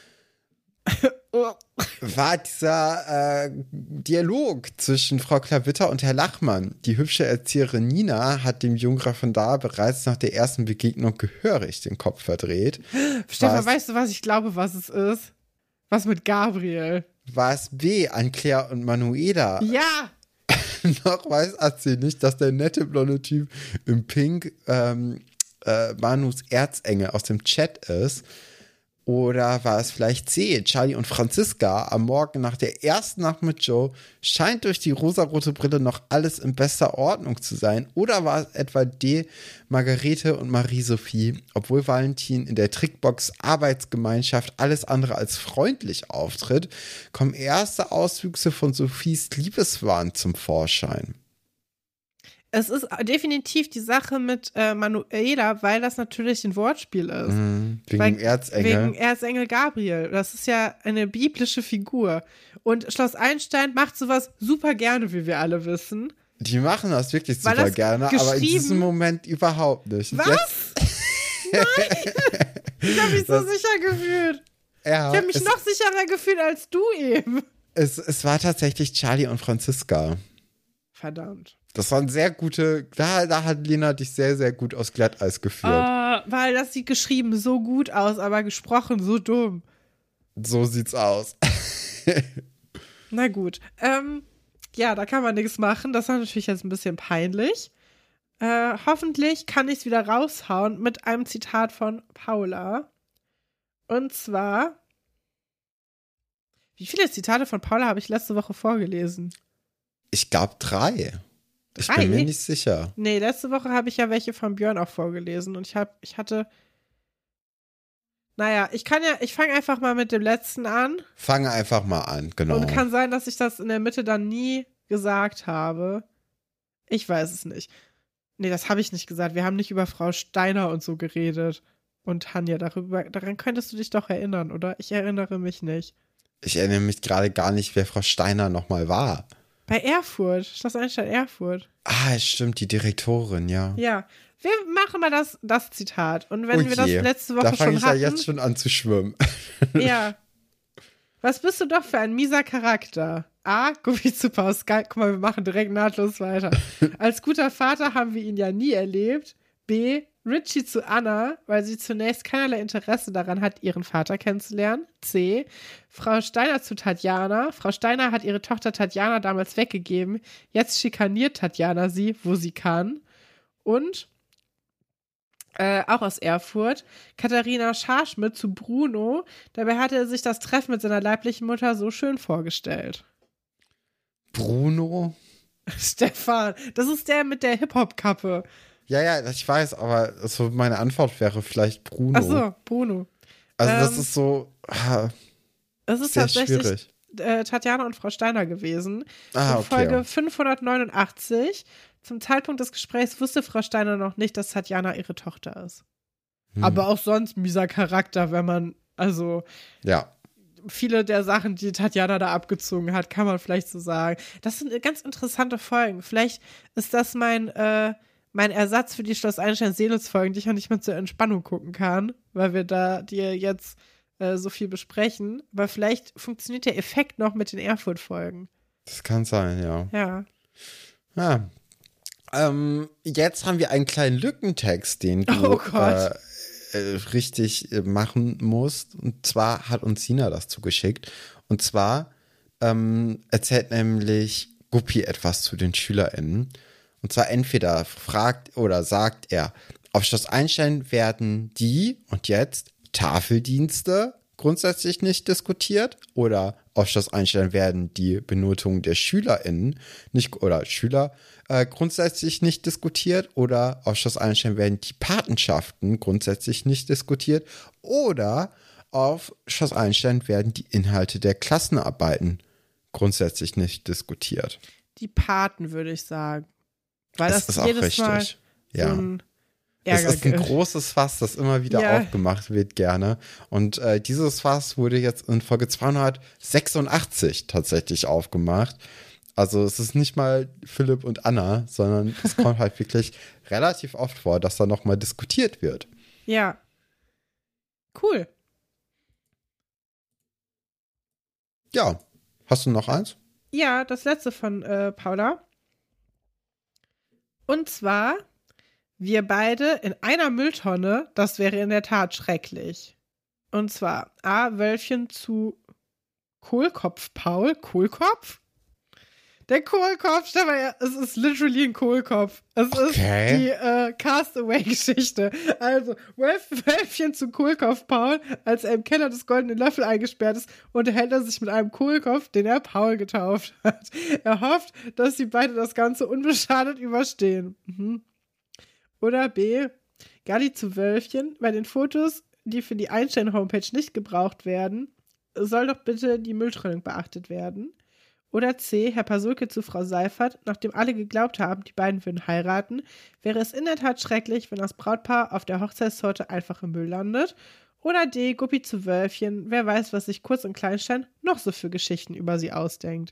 [SPEAKER 2] War dieser Dialog zwischen Frau Klavitter und Herr Lachmann. Die hübsche Erzieherin Nina hat dem jungen Referendar bereits nach der ersten Begegnung gehörig den Kopf verdreht.
[SPEAKER 1] Stefan, weißt du was? Ich glaube, was es ist. Was mit Gabriel?
[SPEAKER 2] War es B an Claire und Manuela?
[SPEAKER 1] Ja!
[SPEAKER 2] Noch hat sie nicht, dass der nette blonde Typ im Pink Manus Erzengel aus dem Chat ist. Oder war es vielleicht C, Charlie und Franziska am Morgen nach der ersten Nacht mit Joe scheint durch die rosarote Brille noch alles in bester Ordnung zu sein? Oder war es etwa D, Margarete und Marie-Sophie, obwohl Valentin in der Trickbox Arbeitsgemeinschaft alles andere als freundlich auftritt, kommen erste Auswüchse von Sophies Liebeswahn zum Vorschein?
[SPEAKER 1] Es ist definitiv die Sache mit Manuela, weil das natürlich ein Wortspiel ist.
[SPEAKER 2] Wegen dem Erzengel.
[SPEAKER 1] Wegen Erzengel Gabriel. Das ist ja eine biblische Figur. Und Schloss Einstein macht sowas super gerne, wie wir alle wissen.
[SPEAKER 2] Die machen das wirklich
[SPEAKER 1] Weil
[SPEAKER 2] super
[SPEAKER 1] das
[SPEAKER 2] gerne, aber in diesem Moment überhaupt nicht.
[SPEAKER 1] Was? Nein! Ich habe mich so sicher gefühlt.
[SPEAKER 2] Ja,
[SPEAKER 1] ich habe mich noch sicherer gefühlt als du eben.
[SPEAKER 2] Es war tatsächlich Charlie und Franziska.
[SPEAKER 1] Verdammt.
[SPEAKER 2] Das waren sehr gute, da hat Lena dich sehr, sehr gut aus Glatteis geführt.
[SPEAKER 1] Weil das sieht geschrieben so gut aus, aber gesprochen so dumm.
[SPEAKER 2] So sieht's aus.
[SPEAKER 1] Na gut. Ja, da kann man nichts machen. Das war natürlich jetzt ein bisschen peinlich. Hoffentlich kann ich es wieder raushauen mit einem Zitat von Paula. Und zwar, wie viele Zitate von Paula habe ich letzte Woche vorgelesen?
[SPEAKER 2] Ich glaube 3. Ich bin mir nicht sicher.
[SPEAKER 1] Nee, letzte Woche habe ich ja welche von Björn auch vorgelesen und ich hatte. Naja, ich fange einfach mal mit dem letzten an.
[SPEAKER 2] Fange einfach mal an, genau.
[SPEAKER 1] Und kann sein, dass ich das in der Mitte dann nie gesagt habe. Ich weiß es nicht. Nee, das habe ich nicht gesagt. Wir haben nicht über Frau Steiner und so geredet. Und Tanja, daran könntest du dich doch erinnern, oder? Ich erinnere mich nicht.
[SPEAKER 2] Ich erinnere mich gerade gar nicht, wer Frau Steiner nochmal war.
[SPEAKER 1] Bei Erfurt, Schloss Einstein Erfurt.
[SPEAKER 2] Ah, stimmt, die Direktorin, ja.
[SPEAKER 1] Ja, wir machen mal das Zitat. Und wenn wir das letzte Woche schon hatten. Da fange ich
[SPEAKER 2] ja jetzt schon an zu schwimmen.
[SPEAKER 1] Ja. Was bist du doch für ein mieser Charakter? A, Guppi zu Pascal. Guck mal, wir machen direkt nahtlos weiter. Als guter Vater haben wir ihn ja nie erlebt. B, Richie zu Anna, weil sie zunächst keinerlei Interesse daran hat, ihren Vater kennenzulernen. C, Frau Steiner zu Tatjana. Frau Steiner hat ihre Tochter Tatjana damals weggegeben. Jetzt schikaniert Tatjana sie, wo sie kann. Und auch aus Erfurt, Katharina Scharschmidt zu Bruno. Dabei hatte er sich das Treffen mit seiner leiblichen Mutter so schön vorgestellt.
[SPEAKER 2] Bruno?
[SPEAKER 1] Stefan, das ist der mit der Hip-Hop-Kappe.
[SPEAKER 2] Ja, ich weiß, aber also meine Antwort wäre vielleicht Bruno.
[SPEAKER 1] Ach so, Bruno.
[SPEAKER 2] Also das ist so
[SPEAKER 1] es ist
[SPEAKER 2] sehr
[SPEAKER 1] tatsächlich
[SPEAKER 2] schwierig.
[SPEAKER 1] Tatjana und Frau Steiner gewesen.
[SPEAKER 2] Ah,
[SPEAKER 1] in
[SPEAKER 2] okay.
[SPEAKER 1] Folge 589. Zum Zeitpunkt des Gesprächs wusste Frau Steiner noch nicht, dass Tatjana ihre Tochter ist. Aber auch sonst mieser Charakter, wenn man, also
[SPEAKER 2] ja.
[SPEAKER 1] Viele der Sachen, die Tatjana da abgezogen hat, kann man vielleicht so sagen. Das sind ganz interessante Folgen. Vielleicht ist das mein Ersatz für die Schloss Einstein-Seelitz-Folgen, die ich auch nicht mehr zur Entspannung gucken kann, weil wir da dir jetzt so viel besprechen. Aber vielleicht funktioniert der Effekt noch mit den Erfurt-Folgen.
[SPEAKER 2] Das kann sein, ja.
[SPEAKER 1] Ja.
[SPEAKER 2] Ja. Jetzt haben wir einen kleinen Lückentext, den du richtig machen musst. Und zwar hat uns Sina das zugeschickt. Und zwar erzählt nämlich Guppi etwas zu den SchülerInnen. Und zwar entweder fragt oder sagt er, auf Schloss Einstein werden die und jetzt Tafeldienste grundsätzlich nicht diskutiert oder auf Schloss Einstein werden die Benotungen der SchülerInnen Schüler grundsätzlich nicht diskutiert oder auf Schloss Einstein werden die Patenschaften grundsätzlich nicht diskutiert oder auf Schloss Einstein werden die Inhalte der Klassenarbeiten grundsätzlich nicht diskutiert.
[SPEAKER 1] Die Paten, würde ich sagen. Weil das
[SPEAKER 2] ist auch
[SPEAKER 1] jedes
[SPEAKER 2] richtig.
[SPEAKER 1] Mal
[SPEAKER 2] Ja.
[SPEAKER 1] so ein
[SPEAKER 2] Es
[SPEAKER 1] Ärger
[SPEAKER 2] ist ein großes Fass, das immer wieder aufgemacht wird gerne. Und dieses Fass wurde jetzt in Folge 286 tatsächlich aufgemacht. Also es ist nicht mal Philipp und Anna, sondern es kommt halt wirklich relativ oft vor, dass da nochmal diskutiert wird.
[SPEAKER 1] Ja. Cool.
[SPEAKER 2] Ja. Hast du noch eins?
[SPEAKER 1] Ja, das letzte von Paula. Und zwar, wir beide in einer Mülltonne, das wäre in der Tat schrecklich. Und zwar A, Wölfchen zu Kohlkopf Paul. Kohlkopf? Der Kohlkopf, stell mal, es ist literally ein Kohlkopf. Es ist die Castaway-Geschichte. Also, Wölfchen zu Kohlkopf Paul, als er im Keller des goldenen Löffel eingesperrt ist, unterhält er sich mit einem Kohlkopf, den er Paul getauft hat. Er hofft, dass sie beide das Ganze unbeschadet überstehen. Oder B, Galli zu Wölfchen, bei den Fotos, die für die Einstein-Homepage nicht gebraucht werden, soll doch bitte die Mülltrennung beachtet werden. Oder C, Herr Pasulke zu Frau Seifert, nachdem alle geglaubt haben, die beiden würden heiraten, wäre es in der Tat schrecklich, wenn das Brautpaar auf der Hochzeitstorte einfach im Müll landet. Oder D, Guppi zu Wölfchen, wer weiß, was sich Kurz und Kleinstein noch so für Geschichten über sie ausdenkt.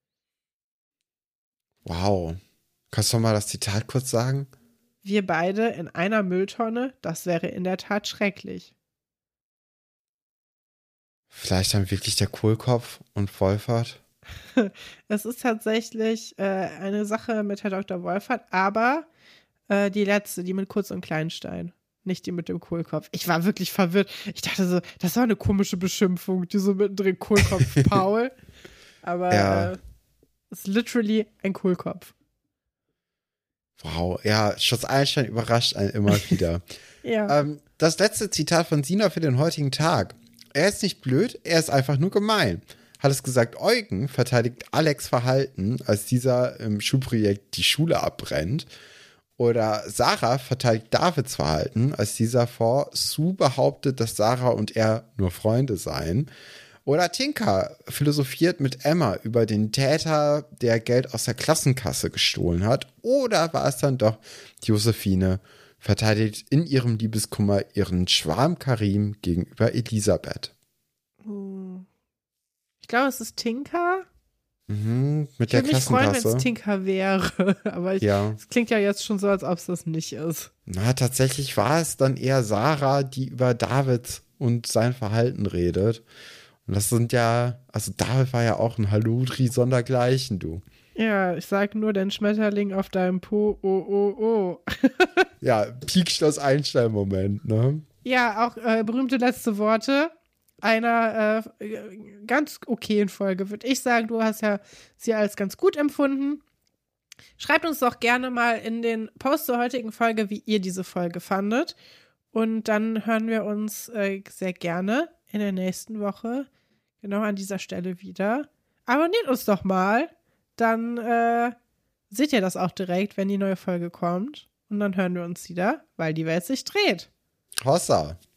[SPEAKER 2] Wow. Kannst du mal das Zitat kurz sagen?
[SPEAKER 1] Wir beide in einer Mülltonne, das wäre in der Tat schrecklich.
[SPEAKER 2] Vielleicht dann wirklich der Kohlkopf und Wolfert?
[SPEAKER 1] Es ist tatsächlich eine Sache mit Herr Dr. Wolfert, aber die letzte, die mit Kurz und Kleinstein. Nicht die mit dem Kohlkopf. Ich war wirklich verwirrt. Ich dachte so, das war eine komische Beschimpfung, die so mittendrin Kohlkopf Paul. Aber es ist literally ein Kohlkopf.
[SPEAKER 2] Wow, ja, Schutz Einstein überrascht einen immer wieder.
[SPEAKER 1] Ja.
[SPEAKER 2] Das letzte Zitat von Sina für den heutigen Tag. Er ist nicht blöd, er ist einfach nur gemein. Hat es gesagt, Eugen verteidigt Alex' Verhalten, als dieser im Schulprojekt die Schule abbrennt. Oder Sarah verteidigt Davids Verhalten, als dieser vor Sue behauptet, dass Sarah und er nur Freunde seien. Oder Tinka philosophiert mit Emma über den Täter, der Geld aus der Klassenkasse gestohlen hat. Oder war es dann doch Josephine, verteidigt in ihrem Liebeskummer ihren Schwarm Karim gegenüber Elisabeth.
[SPEAKER 1] Ich glaube, es ist Tinka.
[SPEAKER 2] Mit der Klassenkasse. Ich würde mich freuen, wenn
[SPEAKER 1] es Tinka wäre. Aber es klingt ja jetzt schon so, als ob es das nicht ist.
[SPEAKER 2] Na, tatsächlich war es dann eher Sarah, die über David und sein Verhalten redet. Und das sind ja, also David war ja auch ein Haludri sondergleichen, du.
[SPEAKER 1] Ja, ich sag nur den Schmetterling auf deinem Po, oh.
[SPEAKER 2] Ja, Peak-Schloss Einstein-Moment, ne?
[SPEAKER 1] Ja, auch berühmte letzte Worte einer ganz okayen Folge, würde ich sagen. Du hast ja sie als ganz gut empfunden. Schreibt uns doch gerne mal in den Post zur heutigen Folge, wie ihr diese Folge fandet. Und dann hören wir uns sehr gerne in der nächsten Woche genau an dieser Stelle wieder. Abonniert uns doch mal. Dann seht ihr das auch direkt, wenn die neue Folge kommt. Und dann hören wir uns wieder, weil die Welt sich dreht.
[SPEAKER 2] Hossa.